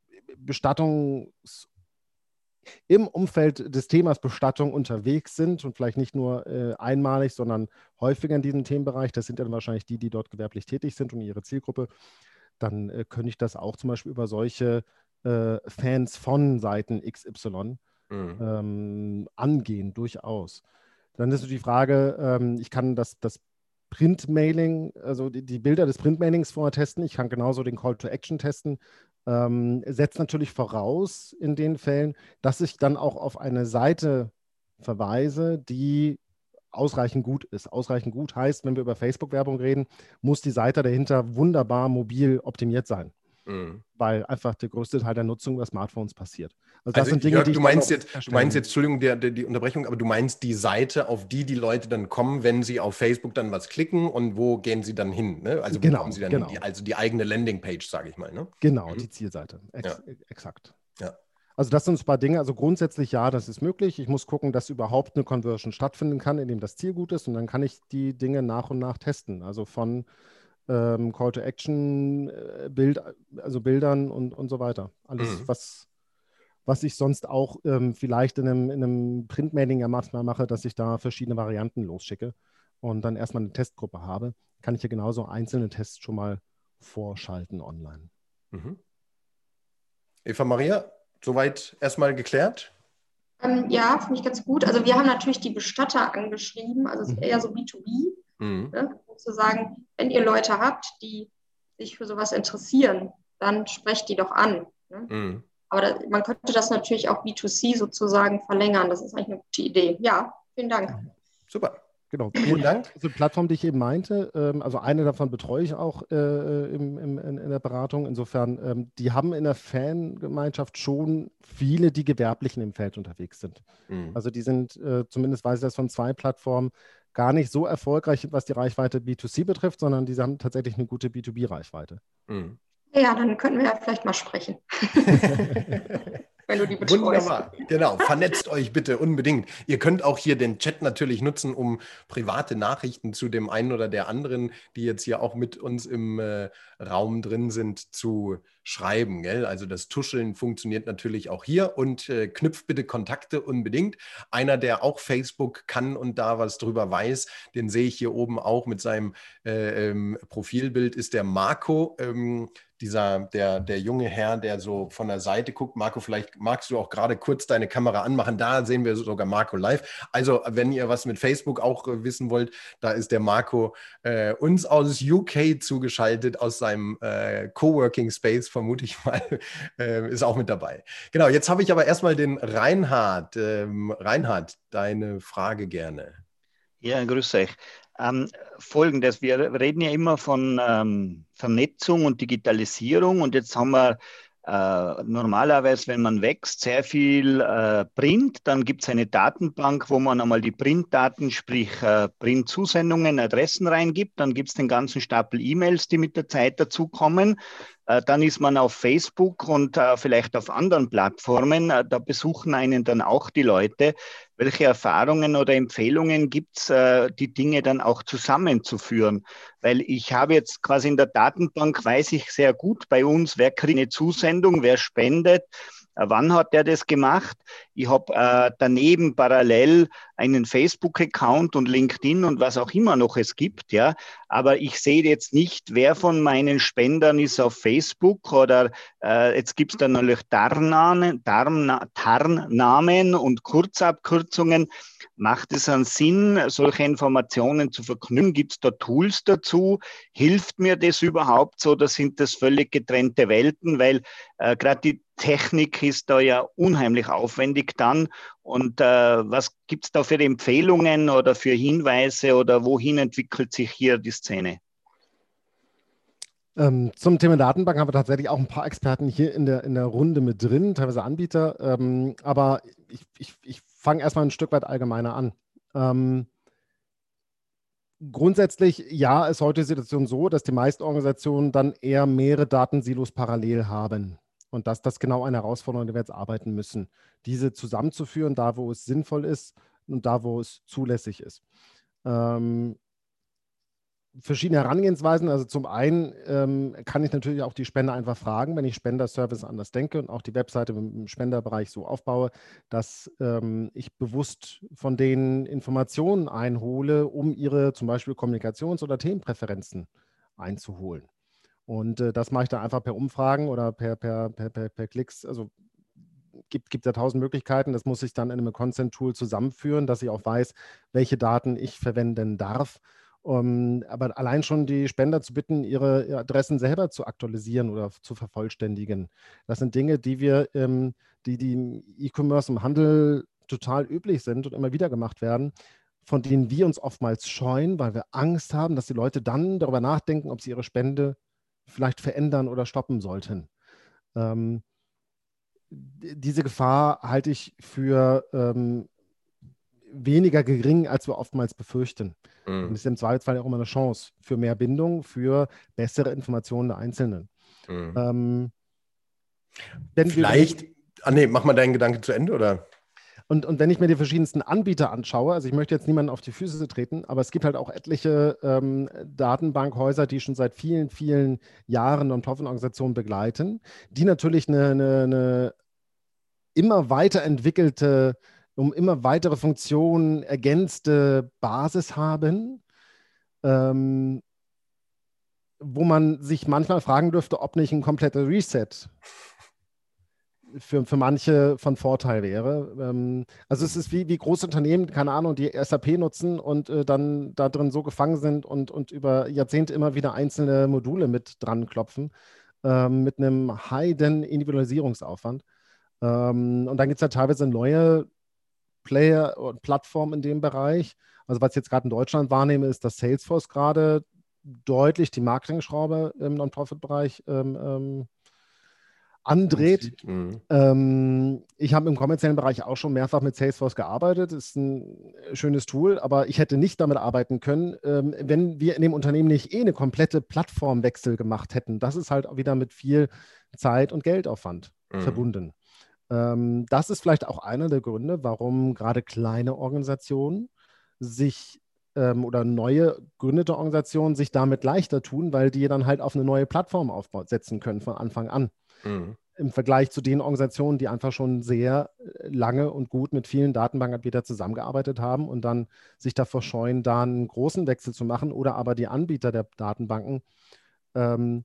Bestattungs im Umfeld des Themas Bestattung unterwegs sind und vielleicht nicht nur äh, einmalig, sondern häufiger in diesem Themenbereich, das sind dann wahrscheinlich die, die dort gewerblich tätig sind und ihre Zielgruppe, dann äh, könnte ich das auch zum Beispiel über solche äh, Fans von Seiten X Y Mhm. ähm, angehen, durchaus. Dann ist so die Frage, ähm, ich kann das, das Printmailing, also die, die Bilder des Printmailings vorher testen, ich kann genauso den Call to Action testen, ähm, setzt natürlich voraus in den Fällen, dass ich dann auch auf eine Seite verweise, die ausreichend gut ist. Ausreichend gut heißt, wenn wir über Facebook-Werbung reden, muss die Seite dahinter wunderbar mobil optimiert sein. Mhm. Weil einfach der größte Teil der Nutzung über Smartphones passiert. Also das Also sind Dinge, Jörg, die ich du dann meinst noch jetzt, du erstellen meinst muss. jetzt, Entschuldigung, der, der, die Unterbrechung, aber du meinst die Seite, auf die die Leute dann kommen, wenn sie auf Facebook dann was klicken und wo gehen sie dann hin? Ne? Also wo Genau, kommen sie dann genau. hin? Die, also die eigene Landingpage, sage ich mal. Ne? Genau, Mhm. die Zielseite. Ex Ja. Exakt. Ja. Also das sind ein paar Dinge. Also grundsätzlich ja, das ist möglich. Ich muss gucken, dass überhaupt eine Conversion stattfinden kann, indem das Ziel gut ist. Und dann kann ich die Dinge nach und nach testen. Also von ähm, Call to Action, äh, Bild, also Bildern und, und so weiter. Alles, Mhm. was, was ich sonst auch ähm, vielleicht in einem, in einem Printmailing ja manchmal mache, dass ich da verschiedene Varianten losschicke und dann erstmal eine Testgruppe habe, kann ich ja genauso einzelne Tests schon mal vorschalten online. Mhm. Eva Maria, soweit erstmal geklärt? Ähm, ja, finde ich ganz gut. Also wir haben natürlich die Bestatter angeschrieben, also es ist Mhm. eher so B zwei B, Mhm. ne? Sozusagen, wenn ihr Leute habt, die sich für sowas interessieren, dann sprecht die doch an. Ne? Mhm. Aber da, man könnte das natürlich auch B zwei C sozusagen verlängern. Das ist eigentlich eine gute Idee. Ja, vielen Dank. Super. Genau. Vielen Dank. Also die Plattform, die ich eben meinte, ähm, also eine davon betreue ich auch äh, im, im, in, in der Beratung. Insofern, ähm, die haben in der Fangemeinschaft schon viele, die gewerblichen im Feld unterwegs sind. Mhm. Also die sind, äh, zumindest weiß ich das von zwei Plattformen, gar nicht so erfolgreich, was die Reichweite B zwei C betrifft, sondern die haben tatsächlich eine gute B zwei B-Reichweite. Mhm. Ja, dann können wir ja vielleicht mal sprechen. wenn du die betreust. Wunderbar, genau. Vernetzt euch bitte unbedingt. Ihr könnt auch hier den Chat natürlich nutzen, um private Nachrichten zu dem einen oder der anderen, die jetzt hier auch mit uns im äh, Raum drin sind, zu schreiben. Gell? Also das Tuscheln funktioniert natürlich auch hier und äh, knüpft bitte Kontakte unbedingt. Einer, der auch Facebook kann und da was drüber weiß, den sehe ich hier oben auch mit seinem äh, ähm, Profilbild, ist der Marco. Ähm, Dieser, der, der junge Herr, der so von der Seite guckt. Marco, vielleicht magst du auch gerade kurz deine Kamera anmachen. Da sehen wir sogar Marco live. Also, wenn ihr was mit Facebook auch äh, wissen wollt, da ist der Marco äh, uns aus U K zugeschaltet, aus seinem äh, Coworking Space, vermute ich mal, äh, ist auch mit dabei. Genau, jetzt habe ich aber erstmal den Reinhard. Ähm, Reinhard, deine Frage gerne. Ja, grüß euch. Ähm, Folgendes, wir reden ja immer von ähm, Vernetzung und Digitalisierung und jetzt haben wir äh, normalerweise, wenn man wächst, sehr viel äh, Print, dann gibt es eine Datenbank, wo man einmal die Printdaten, sprich äh, Printzusendungen, Adressen reingibt, dann gibt es den ganzen Stapel E-Mails, die mit der Zeit dazukommen. Äh, dann ist man auf Facebook und äh, vielleicht auf anderen Plattformen, äh, da besuchen einen dann auch die Leute. Welche Erfahrungen oder Empfehlungen gibt es, äh, die Dinge dann auch zusammenzuführen? Weil ich habe jetzt quasi in der Datenbank, weiß ich sehr gut bei uns, wer kriegt eine Zusendung, wer spendet, äh, wann hat der das gemacht. Ich habe äh, daneben parallel einen Facebook-Account und LinkedIn und was auch immer noch es gibt, ja. Aber ich sehe jetzt nicht, wer von meinen Spendern ist auf Facebook oder äh, jetzt gibt es dann natürlich Tarnnamen, Tarna, Tarnnamen und Kurzabkürzungen. Macht es einen Sinn, solche Informationen zu verknüpfen? Gibt es da Tools dazu? Hilft mir das überhaupt so? Oder sind das völlig getrennte Welten? Weil äh, gerade die Technik ist da ja unheimlich aufwendig dann. Und äh, was gibt es da für Empfehlungen oder für Hinweise oder wohin entwickelt sich hier die Szene? Ähm, zum Thema Datenbank haben wir tatsächlich auch ein paar Experten hier in der, in der Runde mit drin, teilweise Anbieter. Ähm, aber ich, ich, ich fange erstmal ein Stück weit allgemeiner an. Ähm, grundsätzlich, ja, ist heute die Situation so, dass die meisten Organisationen dann eher mehrere Datensilos parallel haben. Und dass das genau eine Herausforderung, an der wir jetzt arbeiten müssen, diese zusammenzuführen, da wo es sinnvoll ist und da wo es zulässig ist. Ähm, verschiedene Herangehensweisen. Also zum einen ähm, kann ich natürlich auch die Spender einfach fragen, wenn ich Spenderservice anders denke und auch die Webseite im Spenderbereich so aufbaue, dass ähm, ich bewusst von denen Informationen einhole, um ihre zum Beispiel Kommunikations- oder Themenpräferenzen einzuholen. Und äh, das mache ich dann einfach per Umfragen oder per, per, per, per, per Klicks. Also gibt, gibt ja tausend Möglichkeiten. Das muss ich dann in einem Consent-Tool zusammenführen, dass ich auch weiß, welche Daten ich verwenden darf. Um, aber allein schon die Spender zu bitten, ihre, ihre Adressen selber zu aktualisieren oder zu vervollständigen. Das sind Dinge, die wir, ähm, die, die im E-Commerce, im Handel total üblich sind und immer wieder gemacht werden, von denen wir uns oftmals scheuen, weil wir Angst haben, dass die Leute dann darüber nachdenken, ob sie ihre Spende vielleicht verändern oder stoppen sollten. Ähm, diese Gefahr halte ich für ähm, weniger gering, als wir oftmals befürchten. Mhm. Und es ist im Zweifelsfall auch immer eine Chance für mehr Bindung, für bessere Informationen der Einzelnen. Mhm. Ähm, wenn Vielleicht, wir, ah nee, mach mal deinen Gedanken zu Ende, oder? Und, und wenn ich mir die verschiedensten Anbieter anschaue, also ich möchte jetzt niemanden auf die Füße treten, aber es gibt halt auch etliche ähm, Datenbankhäuser, die schon seit vielen, vielen Jahren Non-Profit-Organisationen begleiten, die natürlich eine, eine, eine immer weiterentwickelte, um immer weitere Funktionen ergänzte Basis haben, ähm, wo man sich manchmal fragen dürfte, ob nicht ein kompletter Reset Für, für manche von Vorteil wäre. Ähm, also es ist wie, wie große Unternehmen, keine Ahnung, die S A P nutzen und äh, dann da drin so gefangen sind und, und über Jahrzehnte immer wieder einzelne Module mit dran klopfen, ähm, mit einem heiden Individualisierungsaufwand. Ähm, und dann gibt es ja teilweise neue Player und Plattformen in dem Bereich. Also was ich jetzt gerade in Deutschland wahrnehme, ist, dass Salesforce gerade deutlich die Marketing-Schraube im Non-Profit-Bereich ähm, ähm, andreht. Mhm. Ähm, ich habe im kommerziellen Bereich auch schon mehrfach mit Salesforce gearbeitet. Das ist ein schönes Tool, aber ich hätte nicht damit arbeiten können, ähm, wenn wir in dem Unternehmen nicht eh eine komplette Plattformwechsel gemacht hätten. Das ist halt auch wieder mit viel Zeit und Geldaufwand mhm. verbunden. Ähm, das ist vielleicht auch einer der Gründe, warum gerade kleine Organisationen sich ähm, oder neue gegründete Organisationen sich damit leichter tun, weil die dann halt auf eine neue Plattform aufsetzen können von Anfang an. Mhm. Im Vergleich zu den Organisationen, die einfach schon sehr lange und gut mit vielen Datenbankanbietern zusammengearbeitet haben und dann sich davor scheuen, da einen großen Wechsel zu machen oder aber die Anbieter der Datenbanken ähm,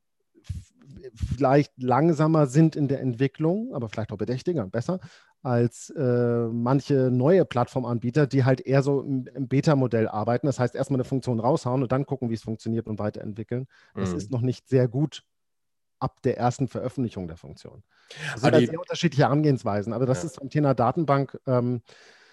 vielleicht langsamer sind in der Entwicklung, aber vielleicht auch bedächtiger und besser als äh, manche neue Plattformanbieter, die halt eher so im, im Beta-Modell arbeiten. Das heißt, erstmal eine Funktion raushauen und dann gucken, wie es funktioniert und weiterentwickeln. Das Mhm. ist noch nicht sehr gut ab der ersten Veröffentlichung der Funktion. Das sind Aber halt die, sehr unterschiedliche Herangehensweisen, aber das ja. ist beim Thema Datenbank ähm,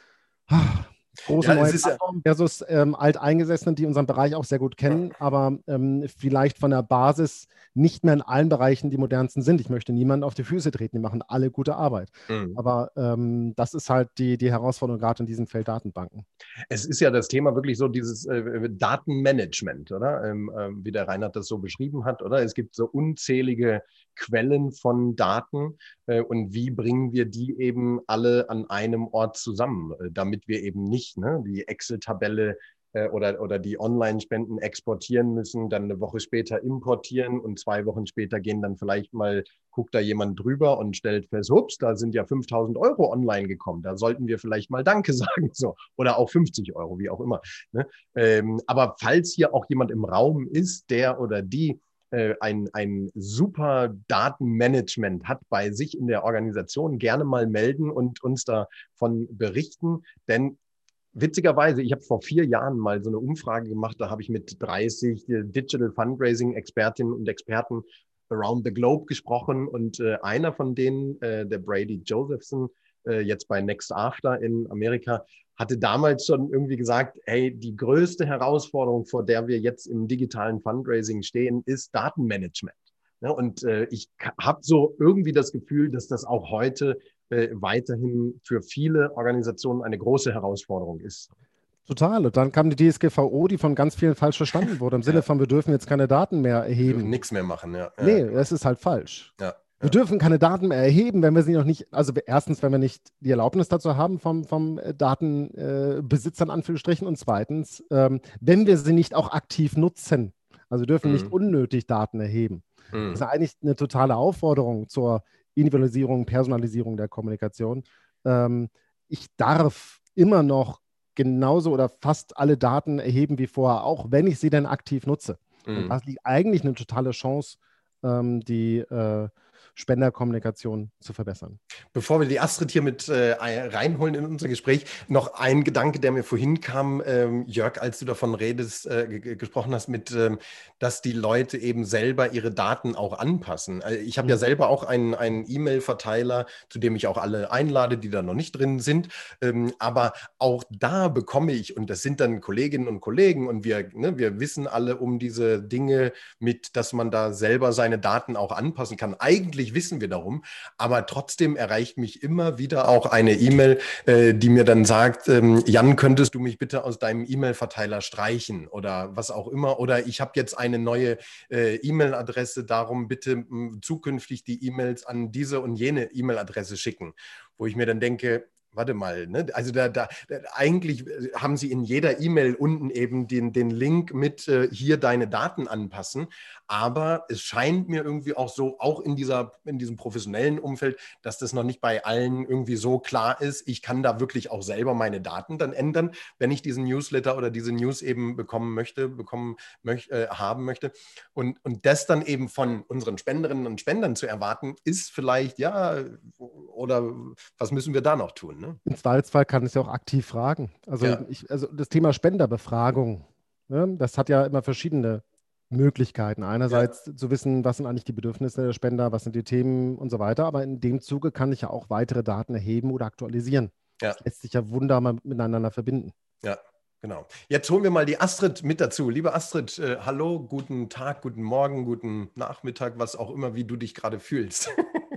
große Ja, neue es ist ja, Plattformen versus ähm, Alteingesessenen, die unseren Bereich auch sehr gut kennen, aber ähm, vielleicht von der Basis nicht mehr in allen Bereichen die modernsten sind. Ich möchte niemanden auf die Füße treten, die machen alle gute Arbeit. mhm. Aber ähm, das ist halt die, die Herausforderung gerade in diesem Feld Datenbanken. Es ist ja das Thema wirklich so dieses äh, Datenmanagement, oder? Ähm, ähm, wie der Reinhard das so beschrieben hat, oder? Es gibt so unzählige Quellen von Daten äh, und wie bringen wir die eben alle an einem Ort zusammen, äh, damit wir eben nicht ne, die Excel-Tabelle äh, oder, oder die Online-Spenden exportieren müssen, dann eine Woche später importieren und zwei Wochen später gehen dann vielleicht mal, guckt da jemand drüber und stellt fest, ups, da sind ja fünftausend Euro online gekommen, da sollten wir vielleicht mal Danke sagen, so. Oder auch fünfzig Euro, wie auch immer. Ne? Ähm, aber falls hier auch jemand im Raum ist, der oder die äh, ein, ein super Datenmanagement hat bei sich in der Organisation, gerne mal melden und uns davon berichten. Denn witzigerweise, ich habe vor vier Jahren mal so eine Umfrage gemacht, da habe ich mit dreißig Digital Fundraising Expertinnen und Experten around the globe gesprochen und äh, einer von denen, äh, der Brady Josephson, äh, jetzt bei Next After in Amerika, hatte damals schon irgendwie gesagt, hey, die größte Herausforderung, vor der wir jetzt im digitalen Fundraising stehen, ist Datenmanagement. Ja, und äh, ich habe so irgendwie das Gefühl, dass das auch heute äh, weiterhin für viele Organisationen eine große Herausforderung ist. Total. Und dann kam die D S G V O, die von ganz vielen falsch verstanden wurde, im Sinne Ja. von, wir dürfen jetzt keine Daten mehr Wir dürfen erheben. nichts mehr machen, ja. Ja, Nee, genau. das ist halt falsch. Ja, Wir ja. dürfen keine Daten mehr erheben, wenn wir sie noch nicht, also erstens, wenn wir nicht die Erlaubnis dazu haben vom, vom Datenbesitzer in Anführungsstrichen und zweitens, ähm, wenn wir sie nicht auch aktiv nutzen. Also wir dürfen Mhm. nicht unnötig Daten erheben. Mhm. Das ist eigentlich eine totale Aufforderung zur Individualisierung, Personalisierung der Kommunikation. Ähm, ich darf immer noch genauso oder fast alle Daten erheben wie vorher, auch wenn ich sie dann aktiv nutze. Mhm. Und das liegt eigentlich eine totale Chance, ähm, die äh, Spenderkommunikation zu verbessern. Bevor wir die Astrid hier mit äh, reinholen in unser Gespräch, noch ein Gedanke, der mir vorhin kam, ähm, Jörg, als du davon redest, äh, g- gesprochen hast, mit, ähm, dass die Leute eben selber ihre Daten auch anpassen. Also ich habe Mhm. ja selber auch einen, einen E-Mail-Verteiler, zu dem ich auch alle einlade, die da noch nicht drin sind. Ähm, aber auch da bekomme ich, und das sind dann Kolleginnen und Kollegen, und wir, ne, wir wissen alle um diese Dinge mit, dass man da selber seine Daten auch anpassen kann. Eigentlich wissen wir darum, aber trotzdem erreicht mich immer wieder auch eine E-Mail, äh, die mir dann sagt, ähm, Jan, könntest du mich bitte aus deinem E-Mail-Verteiler streichen oder was auch immer. Oder ich habe jetzt eine neue äh, E-Mail-Adresse, darum bitte m, zukünftig die E-Mails an diese und jene E-Mail-Adresse schicken. Wo ich mir dann denke, warte mal, ne? Also da, da, da eigentlich haben Sie in jeder E-Mail unten eben den, den Link mit äh, hier deine Daten anpassen. Aber es scheint mir irgendwie auch so, auch in dieser, in diesem professionellen Umfeld, dass das noch nicht bei allen irgendwie so klar ist. Ich kann da wirklich auch selber meine Daten dann ändern, wenn ich diesen Newsletter oder diese News eben bekommen möchte, bekommen möch, äh, haben möchte. Und, und das dann eben von unseren Spenderinnen und Spendern zu erwarten, ist vielleicht, ja, oder was müssen wir da noch tun? Ne? Im Zweifelsfall kann es ja auch aktiv fragen. Also, Ja. ich, also das Thema Spenderbefragung, ne, das hat ja immer verschiedene Möglichkeiten. Einerseits ja. zu wissen, was sind eigentlich die Bedürfnisse der Spender, was sind die Themen und so weiter. Aber in dem Zuge kann ich ja auch weitere Daten erheben oder aktualisieren. Ja. Das lässt sich ja wunderbar miteinander verbinden. Ja, genau. Jetzt holen wir mal die Astrid mit dazu. Liebe Astrid, äh, hallo, guten Tag, guten Morgen, guten Nachmittag, was auch immer, wie du dich gerade fühlst.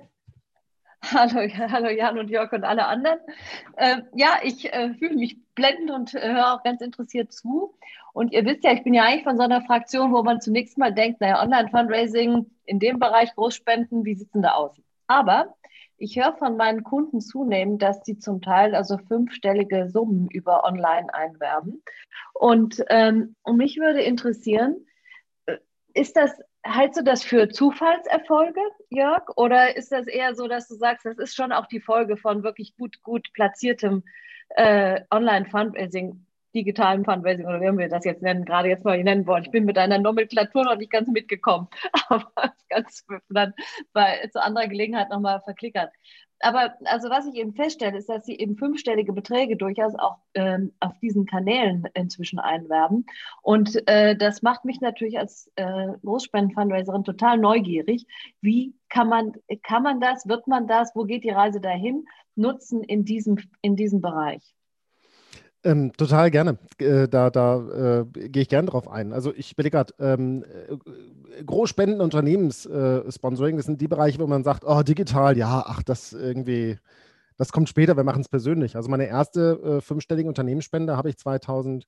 Hallo, hallo Jan und Jörg und alle anderen. Äh, ja, ich äh, fühle mich blendend und äh, höre auch ganz interessiert zu. Und ihr wisst ja, ich bin ja eigentlich von so einer Fraktion, wo man zunächst mal denkt, naja, Online-Fundraising in dem Bereich Großspenden, wie sieht es denn da aus? Aber ich höre von meinen Kunden zunehmend, dass sie zum Teil also fünfstellige Summen über online einwerben. Und, ähm, und mich würde interessieren, ist das, hältst du das für Zufallserfolge, Jörg? Oder ist das eher so, dass du sagst, das ist schon auch die Folge von wirklich gut, gut platziertem äh, Online-Fundraising, digitalen Fundraising oder wie wir das jetzt nennen, gerade jetzt mal nennen wollen. Ich bin mit deiner Nomenklatur noch nicht ganz mitgekommen, aber das ganz dann bei zu anderer Gelegenheit nochmal verklickert. Aber also was ich eben feststelle, ist, dass sie eben fünfstellige Beträge durchaus auch ähm, auf diesen Kanälen inzwischen einwerben. Und äh, das macht mich natürlich als äh, Großspenden-Fundraiserin total neugierig. Wie kann man, kann man das, wird man das, wo geht die Reise dahin, nutzen in diesem, in diesem Bereich? Ähm, total gerne. Äh, da da äh, gehe ich gerne drauf ein. Also ich will gerade, ähm, äh, Großspenden, Unternehmenssponsoring, das sind die Bereiche, wo man sagt, oh, digital, ja, ach, das irgendwie, das kommt später, wir machen es persönlich. Also meine erste äh, fünfstellige Unternehmensspende habe ich zweitausendsechs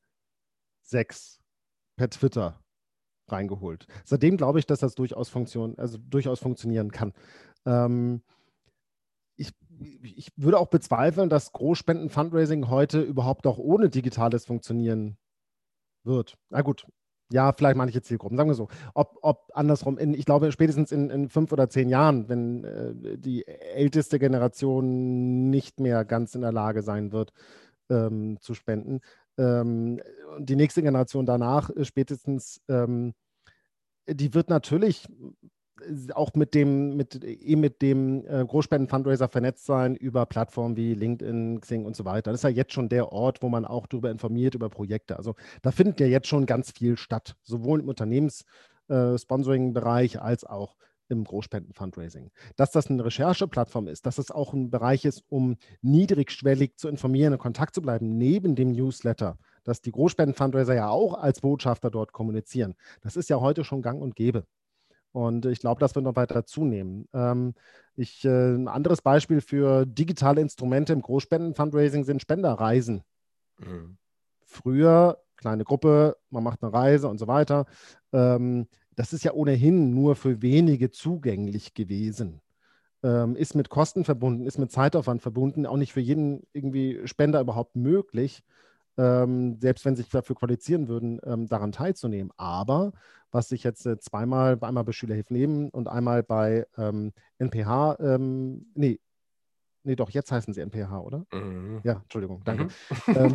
per Twitter reingeholt. Seitdem glaube ich, dass das durchaus, funktion also durchaus funktionieren kann. Ähm, Ich, ich würde auch bezweifeln, dass Großspenden-Fundraising heute überhaupt auch ohne Digitales funktionieren wird. Na gut, ja, vielleicht manche Zielgruppen, sagen wir so. Ob, ob andersrum, in, ich glaube spätestens in, in fünf oder zehn Jahren, wenn äh, die älteste Generation nicht mehr ganz in der Lage sein wird, ähm, zu spenden, ähm, und die nächste Generation danach äh, spätestens, ähm, die wird natürlich auch mit dem, mit, eh mit dem äh, Großspenden-Fundraiser vernetzt sein über Plattformen wie LinkedIn, Xing und so weiter. Das ist ja jetzt schon der Ort, wo man auch darüber informiert, über Projekte. Also da findet ja jetzt schon ganz viel statt, sowohl im Unternehmens-Sponsoring-Bereich äh, als auch im Großspenden-Fundraising. Dass das eine Rechercheplattform ist, dass es auch ein Bereich ist, um niedrigschwellig zu informieren, in Kontakt zu bleiben, neben dem Newsletter, dass die Großspenden-Fundraiser ja auch als Botschafter dort kommunizieren. Das ist ja heute schon gang und gäbe. Und ich glaube, das wird noch weiter zunehmen. Ähm, ich, äh, ein anderes Beispiel für digitale Instrumente im Großspenden-Fundraising sind Spenderreisen. Mhm. Früher, kleine Gruppe, man macht eine Reise und so weiter. Ähm, das ist ja ohnehin nur für wenige zugänglich gewesen. Ähm, ist mit Kosten verbunden, ist mit Zeitaufwand verbunden, auch nicht für jeden irgendwie Spender überhaupt möglich. Ähm, selbst wenn sie sich dafür qualifizieren würden, ähm, daran teilzunehmen. Aber was sich jetzt äh, zweimal, einmal bei Schülerhilfe Leben und einmal bei ähm, N P H, ähm, nee, nee, doch, jetzt heißen sie N P H, oder? Mhm. Ja, Entschuldigung, danke. Mhm. Ähm,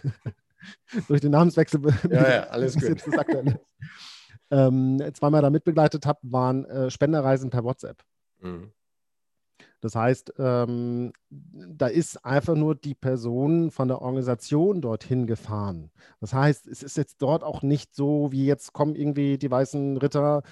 durch den Namenswechsel. Ja, ja, alles gut. Jetzt das Aktuelle. ähm, zweimal da mitbegleitet habe, waren äh, Spenderreisen per WhatsApp. Mhm. Das heißt, ähm, da ist einfach nur die Person von der Organisation dorthin gefahren. Das heißt, es ist jetzt dort auch nicht so, wie jetzt kommen irgendwie die weißen Ritter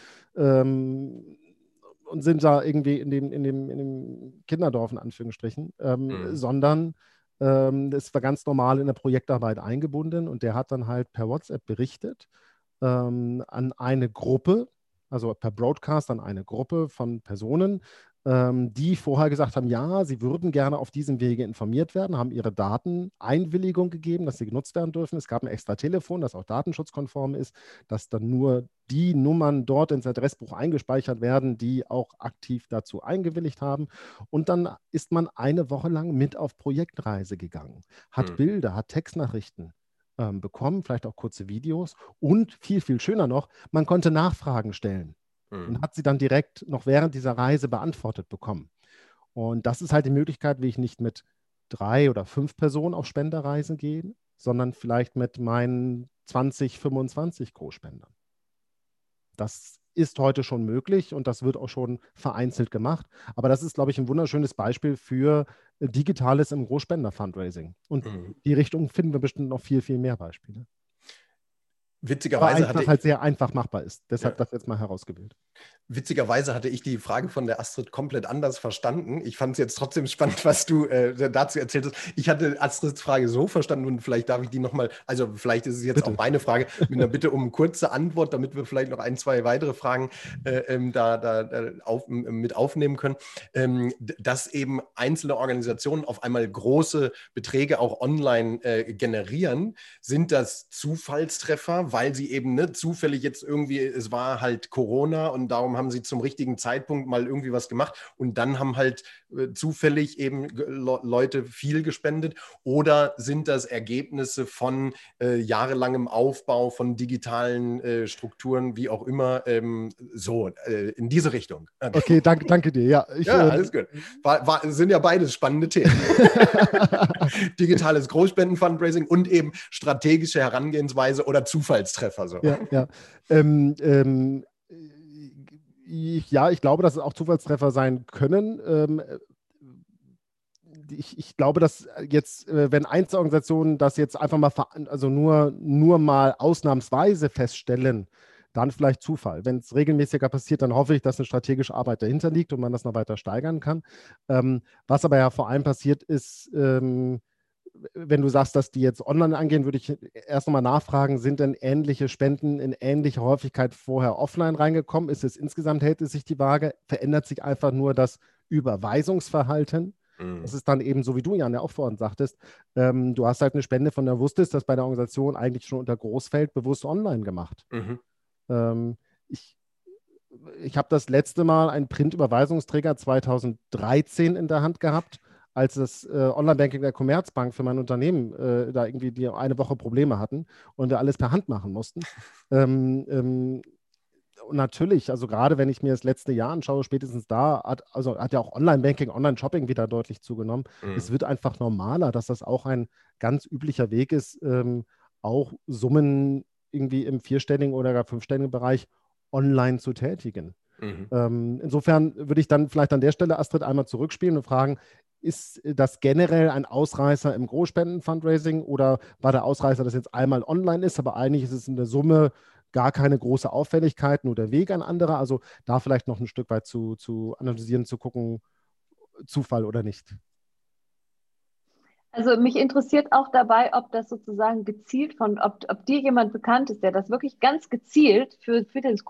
ähm, und sind da irgendwie in dem, in dem, in dem Kinderdorf in Anführungsstrichen, ähm, mhm. sondern ähm, das war ganz normal in der Projektarbeit eingebunden und der hat dann halt per WhatsApp berichtet ähm, an eine Gruppe, also per Broadcast an eine Gruppe von Personen, die vorher gesagt haben, ja, sie würden gerne auf diesem Wege informiert werden, haben ihre Daten Einwilligung gegeben, dass sie genutzt werden dürfen. Es gab ein extra Telefon, das auch datenschutzkonform ist, dass dann nur die Nummern dort ins Adressbuch eingespeichert werden, die auch aktiv dazu eingewilligt haben. Und dann ist man eine Woche lang mit auf Projektreise gegangen, hat hm. Bilder, hat Textnachrichten ähm, bekommen, vielleicht auch kurze Videos und viel, viel schöner noch, man konnte Nachfragen stellen. Und hat sie dann direkt noch während dieser Reise beantwortet bekommen. Und das ist halt die Möglichkeit, wie ich nicht mit drei oder fünf Personen auf Spenderreisen gehe, sondern vielleicht mit meinen zwanzig, fünfundzwanzig Großspendern. Das ist heute schon möglich und das wird auch schon vereinzelt gemacht. Aber das ist, glaube ich, ein wunderschönes Beispiel für Digitales im Großspender-Fundraising. Und mhm. die Richtung finden wir bestimmt noch viel, viel mehr Beispiele. Witzigerweise hatte ich, halt sehr einfach machbar ist. Deshalb ja. das jetzt mal herausgewählt. Witzigerweise hatte ich die Frage von der Astrid komplett anders verstanden. Ich fand es jetzt trotzdem spannend, was du äh, dazu erzählt hast. Ich hatte Astrids Frage so verstanden und vielleicht darf ich die nochmal, also vielleicht ist es jetzt bitte. Auch meine Frage, mit einer Bitte um eine kurze Antwort, damit wir vielleicht noch ein, zwei weitere Fragen äh, ähm, da, da, da auf, mit aufnehmen können. Ähm, dass eben einzelne Organisationen auf einmal große Beträge auch online äh, generieren, sind das Zufallstreffer, weil sie eben ne, zufällig jetzt irgendwie, es war halt Corona und darum haben sie zum richtigen Zeitpunkt mal irgendwie was gemacht und dann haben halt äh, zufällig eben Le Leute viel gespendet, oder sind das Ergebnisse von äh, jahrelangem Aufbau von digitalen äh, Strukturen, wie auch immer, ähm, so äh, in diese Richtung? Okay, okay danke, danke dir. Ja, ich, ja ähm, alles gut. War, war, sind ja beides spannende Themen. Digitales Großspenden-Fundraising und eben strategische Herangehensweise oder Zufallstreffer. So. Ja, ja. Ähm, ähm, ich, ja, ich glaube, dass es auch Zufallstreffer sein können. Ähm, ich, ich glaube, dass jetzt, wenn Einzelorganisationen das jetzt einfach mal, also nur, nur mal ausnahmsweise feststellen, dann vielleicht Zufall. Wenn es regelmäßiger passiert, dann hoffe ich, dass eine strategische Arbeit dahinter liegt und man das noch weiter steigern kann. Ähm, was aber ja vor allem passiert ist, ähm, wenn du sagst, dass die jetzt online angehen, würde ich erst nochmal nachfragen, sind denn ähnliche Spenden in ähnlicher Häufigkeit vorher offline reingekommen? Ist es insgesamt, hält es sich die Waage? Verändert sich einfach nur das Überweisungsverhalten? Mhm. Das ist dann eben so, wie du, Jan, ja auch vorhin sagtest, ähm, du hast halt eine Spende, von der du wusstest, dass bei der Organisation eigentlich schon unter Großfeld bewusst online gemacht. Mhm. Ähm, ich ich habe das letzte Mal einen Print-Überweisungsträger zweitausenddreizehn in der Hand gehabt, als das äh, Online-Banking der Commerzbank für mein Unternehmen äh, da irgendwie die eine Woche Probleme hatten und wir alles per Hand machen mussten. ähm, ähm, und natürlich, also gerade wenn ich mir das letzte Jahr anschaue, spätestens da hat, also hat ja auch Online-Banking, Online-Shopping wieder deutlich zugenommen. Mhm. Es wird einfach normaler, dass das auch ein ganz üblicher Weg ist, ähm, auch Summen irgendwie im vierstelligen oder gar fünfstelligen Bereich online zu tätigen. Mhm. Ähm, insofern würde ich dann vielleicht an der Stelle, Astrid, einmal zurückspielen und fragen, ist das generell ein Ausreißer im Großspenden-Fundraising oder war der Ausreißer, dass jetzt einmal online ist, aber eigentlich ist es in der Summe gar keine große Auffälligkeit, nur der Weg ein anderer? Also da vielleicht noch ein Stück weit zu, zu analysieren, zu gucken, Zufall oder nicht. Also mich interessiert auch dabei, ob das sozusagen gezielt von, ob, ob dir jemand bekannt ist, der das wirklich ganz gezielt für, für das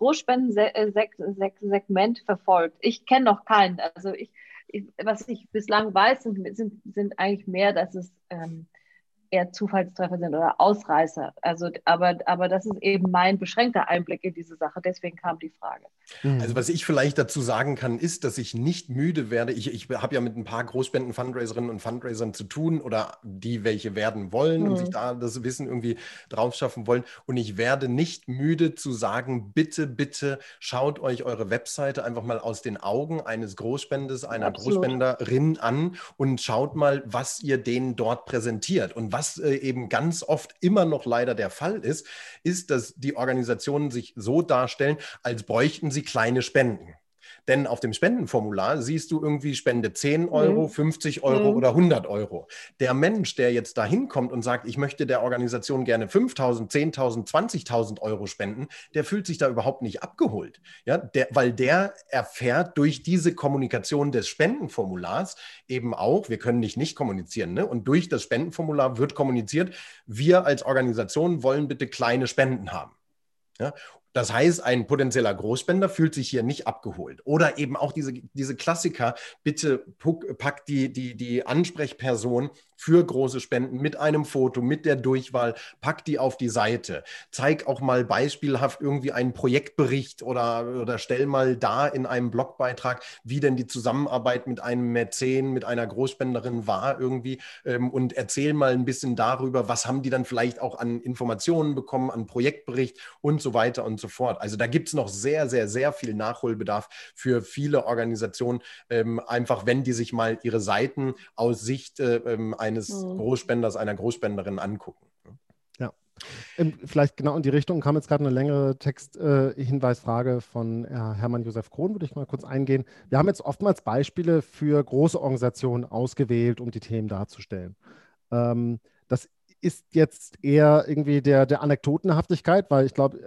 Großspenden-Segment verfolgt. Ich kenne noch keinen. Also ich, ich, was ich bislang weiß, sind, sind, sind eigentlich mehr, dass es ähm, eher Zufallstreffer sind oder Ausreißer. Also, aber, aber das ist eben mein beschränkter Einblick in diese Sache. Deswegen kam die Frage. Also was ich vielleicht dazu sagen kann, ist, dass ich nicht müde werde. Ich, ich habe ja mit ein paar Großspenden-Fundraiserinnen und Fundraisern zu tun oder die welche werden wollen mhm. und sich da das Wissen irgendwie drauf schaffen wollen. Und ich werde nicht müde zu sagen, bitte, bitte schaut euch eure Webseite einfach mal aus den Augen eines Großspendes, einer Absolut. Großspenderin an und schaut mal, was ihr denen dort präsentiert. Und was äh, eben ganz oft immer noch leider der Fall ist, ist, dass die Organisationen sich so darstellen, als bräuchten sie kleine Spenden. Denn auf dem Spendenformular siehst du irgendwie Spende zehn Euro, mhm. fünfzig Euro mhm. oder hundert Euro. Der Mensch, der jetzt da hinkommt und sagt, ich möchte der Organisation gerne fünftausend, zehntausend, zwanzigtausend Euro spenden, der fühlt sich da überhaupt nicht abgeholt. Ja, der, weil der erfährt durch diese Kommunikation des Spendenformulars eben auch, wir können nicht nicht kommunizieren, ne? Und durch das Spendenformular wird kommuniziert, wir als Organisation wollen bitte kleine Spenden haben. Ja? Das heißt, ein potenzieller Großspender fühlt sich hier nicht abgeholt. Oder eben auch diese, diese Klassiker, bitte pack die, die, die Ansprechperson für große Spenden mit einem Foto, mit der Durchwahl, pack die auf die Seite. Zeig auch mal beispielhaft irgendwie einen Projektbericht oder, oder stell mal dar in einem Blogbeitrag, wie denn die Zusammenarbeit mit einem Mäzen, mit einer Großspenderin war irgendwie ähm, und erzähl mal ein bisschen darüber, was haben die dann vielleicht auch an Informationen bekommen, an Projektbericht und so weiter und so fort. Also da gibt es noch sehr, sehr, sehr viel Nachholbedarf für viele Organisationen, ähm, einfach wenn die sich mal ihre Seiten aus Sicht äh, eines mhm. Großspenders, einer Großspenderin angucken. Ja, ähm, vielleicht genau in die Richtung kam jetzt gerade eine längere Text-Hinweisfrage äh, von äh, Hermann Josef Krohn, würde ich mal kurz eingehen. Wir haben jetzt oftmals Beispiele für große Organisationen ausgewählt, um die Themen darzustellen. Ähm, das ist jetzt eher irgendwie der, der Anekdotenhaftigkeit, weil ich glaube,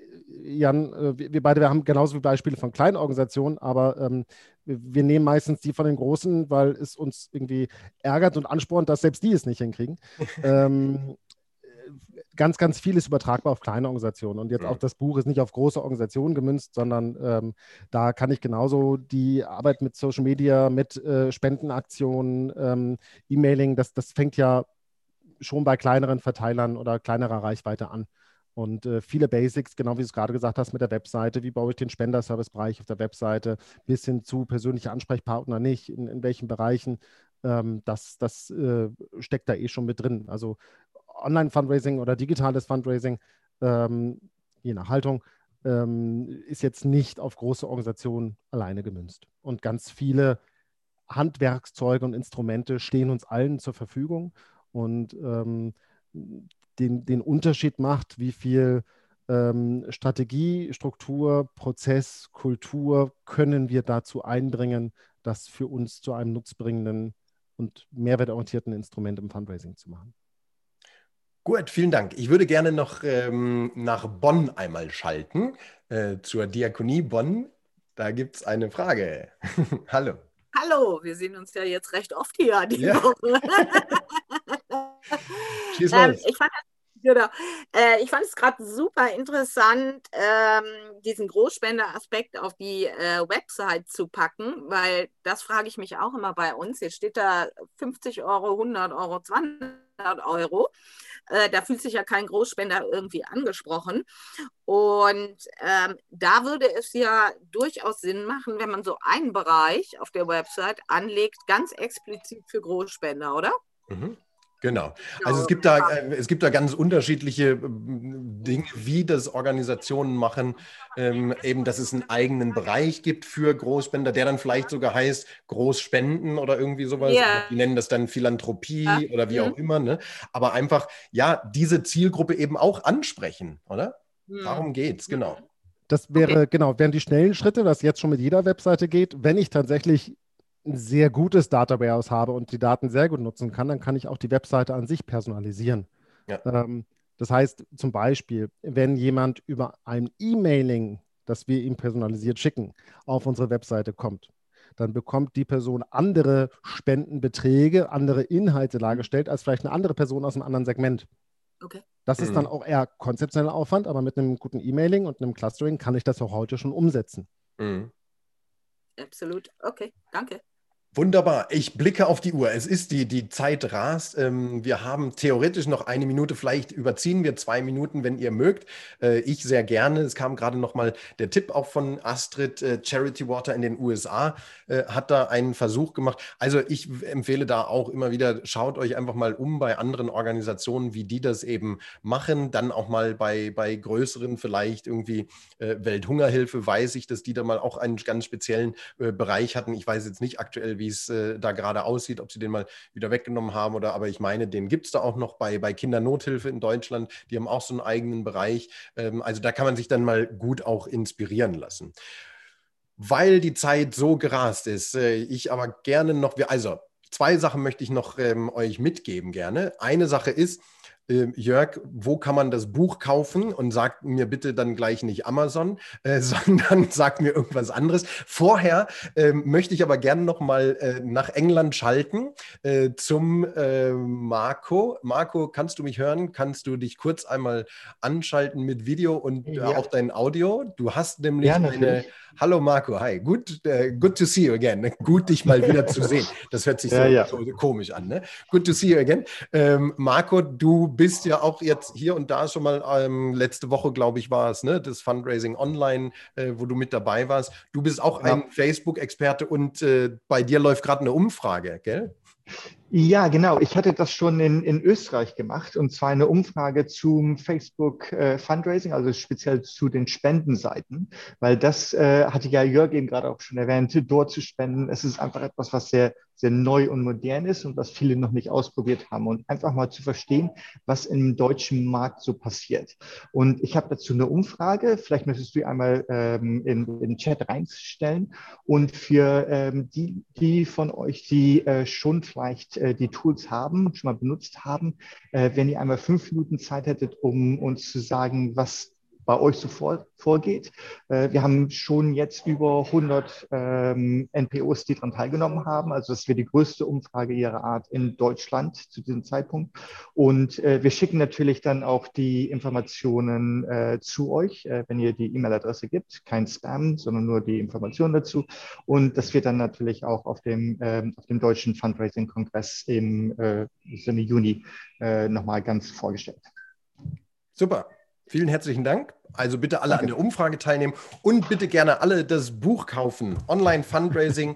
Jan, wir beide wir haben genauso wie Beispiele von kleinen Organisationen, aber ähm, wir, wir nehmen meistens die von den Großen, weil es uns irgendwie ärgert und anspornt, dass selbst die es nicht hinkriegen. ähm, ganz, ganz viel ist übertragbar auf kleine Organisationen. Und jetzt auch das Buch ist nicht auf große Organisationen gemünzt, sondern ähm, da kann ich genauso die Arbeit mit Social Media, mit äh, Spendenaktionen, ähm, E-Mailing, das, das fängt ja schon bei kleineren Verteilern oder kleinerer Reichweite an. Und äh, viele Basics, genau wie du es gerade gesagt hast mit der Webseite, wie baue ich den Spenderservice-Bereich auf der Webseite, bis hin zu persönliche Ansprechpartner nicht, in, in welchen Bereichen, ähm, das, das äh, steckt da eh schon mit drin. Also Online-Fundraising oder digitales Fundraising, ähm, je nach Haltung, ähm, ist jetzt nicht auf große Organisationen alleine gemünzt. Und ganz viele Handwerkszeuge und Instrumente stehen uns allen zur Verfügung. Und ähm, den, den Unterschied macht, wie viel ähm, Strategie, Struktur, Prozess, Kultur können wir dazu einbringen, das für uns zu einem nutzbringenden und mehrwertorientierten Instrument im Fundraising zu machen. Gut, vielen Dank. Ich würde gerne noch ähm, nach Bonn einmal schalten, äh, zur Diakonie Bonn. Da gibt es eine Frage. Hallo. Hallo, wir sehen uns ja jetzt recht oft hier die Ja. Woche. Schieß ähm, los. ich fand Genau. Äh, ich fand es gerade super interessant, ähm, diesen Großspender-Aspekt auf die äh, Website zu packen, weil das frage ich mich auch immer bei uns. Jetzt steht da fünfzig Euro, hundert Euro, zweihundert Euro. Äh, da fühlt sich ja kein Großspender irgendwie angesprochen. Und ähm, da würde es ja durchaus Sinn machen, wenn man so einen Bereich auf der Website anlegt, ganz explizit für Großspender, oder? Mhm. Genau. Also es gibt da, äh, es gibt da ganz unterschiedliche äh, Dinge, wie das Organisationen machen, ähm, eben, dass es einen eigenen Bereich gibt für Großspender, der dann vielleicht sogar heißt Großspenden oder irgendwie sowas. Ja. Die nennen das dann Philanthropie Ja. oder wie Mhm. auch immer. Ne? Aber einfach, ja, diese Zielgruppe eben auch ansprechen, oder? Mhm. Darum geht's, genau. Das wäre, Okay. genau, wären die schnellen Schritte, was jetzt schon mit jeder Webseite geht. Wenn ich tatsächlich ein sehr gutes Data Warehouse habe und die Daten sehr gut nutzen kann, dann kann ich auch die Webseite an sich personalisieren. Ja. Ähm, das heißt zum Beispiel, wenn jemand über ein E-Mailing, das wir ihm personalisiert schicken, auf unsere Webseite kommt, dann bekommt die Person andere Spendenbeträge, andere Inhalte dargestellt, als vielleicht eine andere Person aus einem anderen Segment. Okay. Das ist Mhm. dann auch eher konzeptioneller Aufwand, aber mit einem guten E-Mailing und einem Clustering kann ich das auch heute schon umsetzen. Mhm. Absolut. Okay, danke. Wunderbar. Ich blicke auf die Uhr. Es ist die, die Zeit rast. Ähm, wir haben theoretisch noch eine Minute. Vielleicht überziehen wir zwei Minuten, wenn ihr mögt. Äh, ich sehr gerne. Es kam gerade noch mal der Tipp auch von Astrid. Äh, Charity Water in den U S A äh, hat da einen Versuch gemacht. Also ich empfehle da auch immer wieder, schaut euch einfach mal um bei anderen Organisationen, wie die das eben machen. Dann auch mal bei, bei größeren, vielleicht irgendwie äh, Welthungerhilfe, weiß ich, dass die da mal auch einen ganz speziellen äh, Bereich hatten. Ich weiß jetzt nicht aktuell, wie es äh, da gerade aussieht, ob sie den mal wieder weggenommen haben oder, aber ich meine, den gibt es da auch noch bei, bei Kindernothilfe in Deutschland. Die haben auch so einen eigenen Bereich. Ähm, also da kann man sich dann mal gut auch inspirieren lassen. Weil die Zeit so gerast ist, äh, ich aber gerne noch, also zwei Sachen möchte ich noch ähm, euch mitgeben gerne. Eine Sache ist, äh, Jörg, wo kann man das Buch kaufen? Und sagt mir bitte dann gleich nicht Amazon, äh, sondern sagt mir irgendwas anderes. Vorher äh, möchte ich aber gerne noch mal äh, nach England schalten äh, zum äh, Marco. Marco, kannst du mich hören? Kannst du dich kurz einmal anschalten mit Video und äh, Ja. auch dein Audio? Du hast nämlich Ja, eine... natürlich. Hallo Marco, hi. Good, uh, good to see you again. Gut, dich mal wieder zu sehen. Das hört sich so, Ja, ja. so komisch an. Ne? Good to see you again. Ähm, Marco, du bist ja auch jetzt hier und da schon mal, ähm, letzte Woche, glaube ich, war es, ne? Das Fundraising Online, äh, wo du mit dabei warst. Du bist auch Genau. ein Facebook-Experte und äh, bei dir läuft gerade eine Umfrage, gell? Ja, genau. Ich hatte das schon in, in Österreich gemacht, und zwar eine Umfrage zum Facebook äh, Fundraising, also speziell zu den Spendenseiten, weil das äh, hatte ja Jörg eben gerade auch schon erwähnt, dort zu spenden. Es ist einfach etwas, was sehr, sehr neu und modern ist und was viele noch nicht ausprobiert haben, und einfach mal zu verstehen, was im deutschen Markt so passiert. Und ich habe dazu eine Umfrage, vielleicht möchtest du die einmal ähm, in, in den Chat reinstellen, und für ähm, die, die von euch, die äh, schon vielleicht äh, die Tools haben, schon mal benutzt haben, äh, wenn ihr einmal fünf Minuten Zeit hättet, um uns zu sagen, was bei euch so vor, vorgeht. Äh, wir haben schon jetzt über hundert ähm, N P Os, die daran teilgenommen haben. Also das wäre die größte Umfrage ihrer Art in Deutschland zu diesem Zeitpunkt. Und äh, wir schicken natürlich dann auch die Informationen äh, zu euch, äh, wenn ihr die E-Mail-Adresse gibt. Kein Spam, sondern nur die Informationen dazu. Und das wird dann natürlich auch auf dem, ähm, auf dem Deutschen Fundraising-Kongress im äh, Juni äh, nochmal ganz vorgestellt. Super. Vielen herzlichen Dank. Also bitte alle Danke. an der Umfrage teilnehmen und bitte gerne alle das Buch kaufen. Online Fundraising.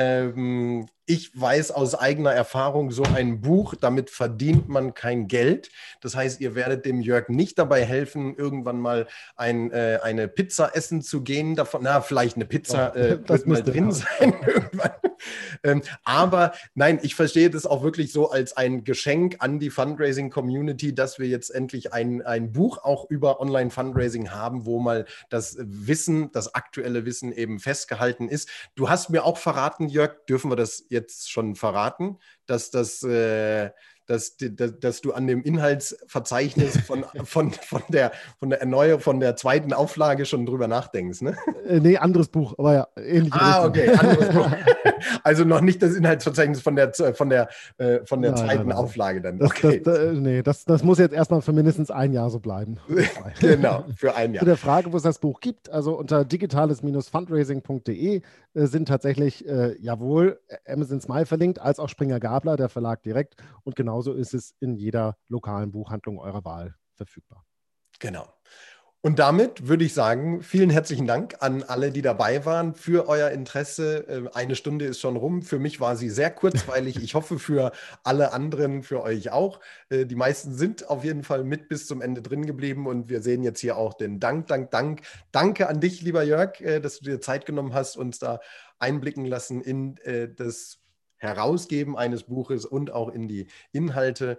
ähm, ich weiß aus eigener Erfahrung, so ein Buch, damit verdient man kein Geld. Das heißt, ihr werdet dem Jörg nicht dabei helfen, irgendwann mal ein, äh, eine Pizza essen zu gehen. Davon, na, vielleicht eine Pizza äh, Das wird mal müsste drin raus. sein irgendwann. Ähm, aber nein, ich verstehe das auch wirklich so als ein Geschenk an die Fundraising-Community, dass wir jetzt endlich ein, ein Buch auch über Online-Fundraising haben, wo mal das Wissen, das aktuelle Wissen eben festgehalten ist. Du hast mir auch verraten, Jörg, dürfen wir das jetzt schon verraten, dass das... Äh, Dass, dass, dass du an dem Inhaltsverzeichnis von, von, von, der, von der Erneuerung, von der zweiten Auflage schon drüber nachdenkst, ne? Äh, nee, anderes Buch, aber ja, ähnliche Ah, Richtung. okay, anderes Buch. Also noch nicht das Inhaltsverzeichnis von der, von der, äh, von der Nein, zweiten nein, nein. Auflage dann. Das, Okay. das, das, nee, das, das muss jetzt erstmal für mindestens ein Jahr so bleiben. Genau, für ein Zu Jahr. der Frage, wo es das Buch gibt, also unter digitales-fundraising punkt de äh, sind tatsächlich, äh, jawohl, Amazon Smile verlinkt, als auch Springer Gabler, der Verlag direkt. Und genauso ist es in jeder lokalen Buchhandlung eurer Wahl verfügbar. Genau. Und damit würde ich sagen, vielen herzlichen Dank an alle, die dabei waren, für euer Interesse. Eine Stunde ist schon rum. Für mich war sie sehr kurzweilig. Ich hoffe, für alle anderen, für euch auch. Die meisten sind auf jeden Fall mit bis zum Ende drin geblieben und wir sehen jetzt hier auch den Dank, Dank, Dank. Danke an dich, lieber Jörg, dass du dir Zeit genommen hast, uns da einblicken lassen in das Herausgeben eines Buches und auch in die Inhalte.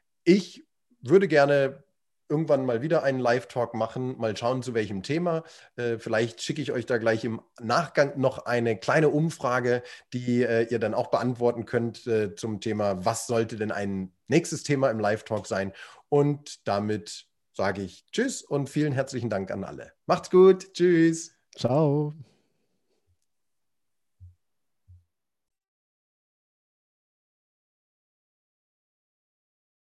Ich würde gerne irgendwann mal wieder einen Live-Talk machen, mal schauen, zu welchem Thema. Äh, vielleicht schicke ich euch da gleich im Nachgang noch eine kleine Umfrage, die äh, ihr dann auch beantworten könnt äh, zum Thema, was sollte denn ein nächstes Thema im Live-Talk sein. Und damit sage ich Tschüss und vielen herzlichen Dank an alle. Macht's gut. Tschüss. Ciao.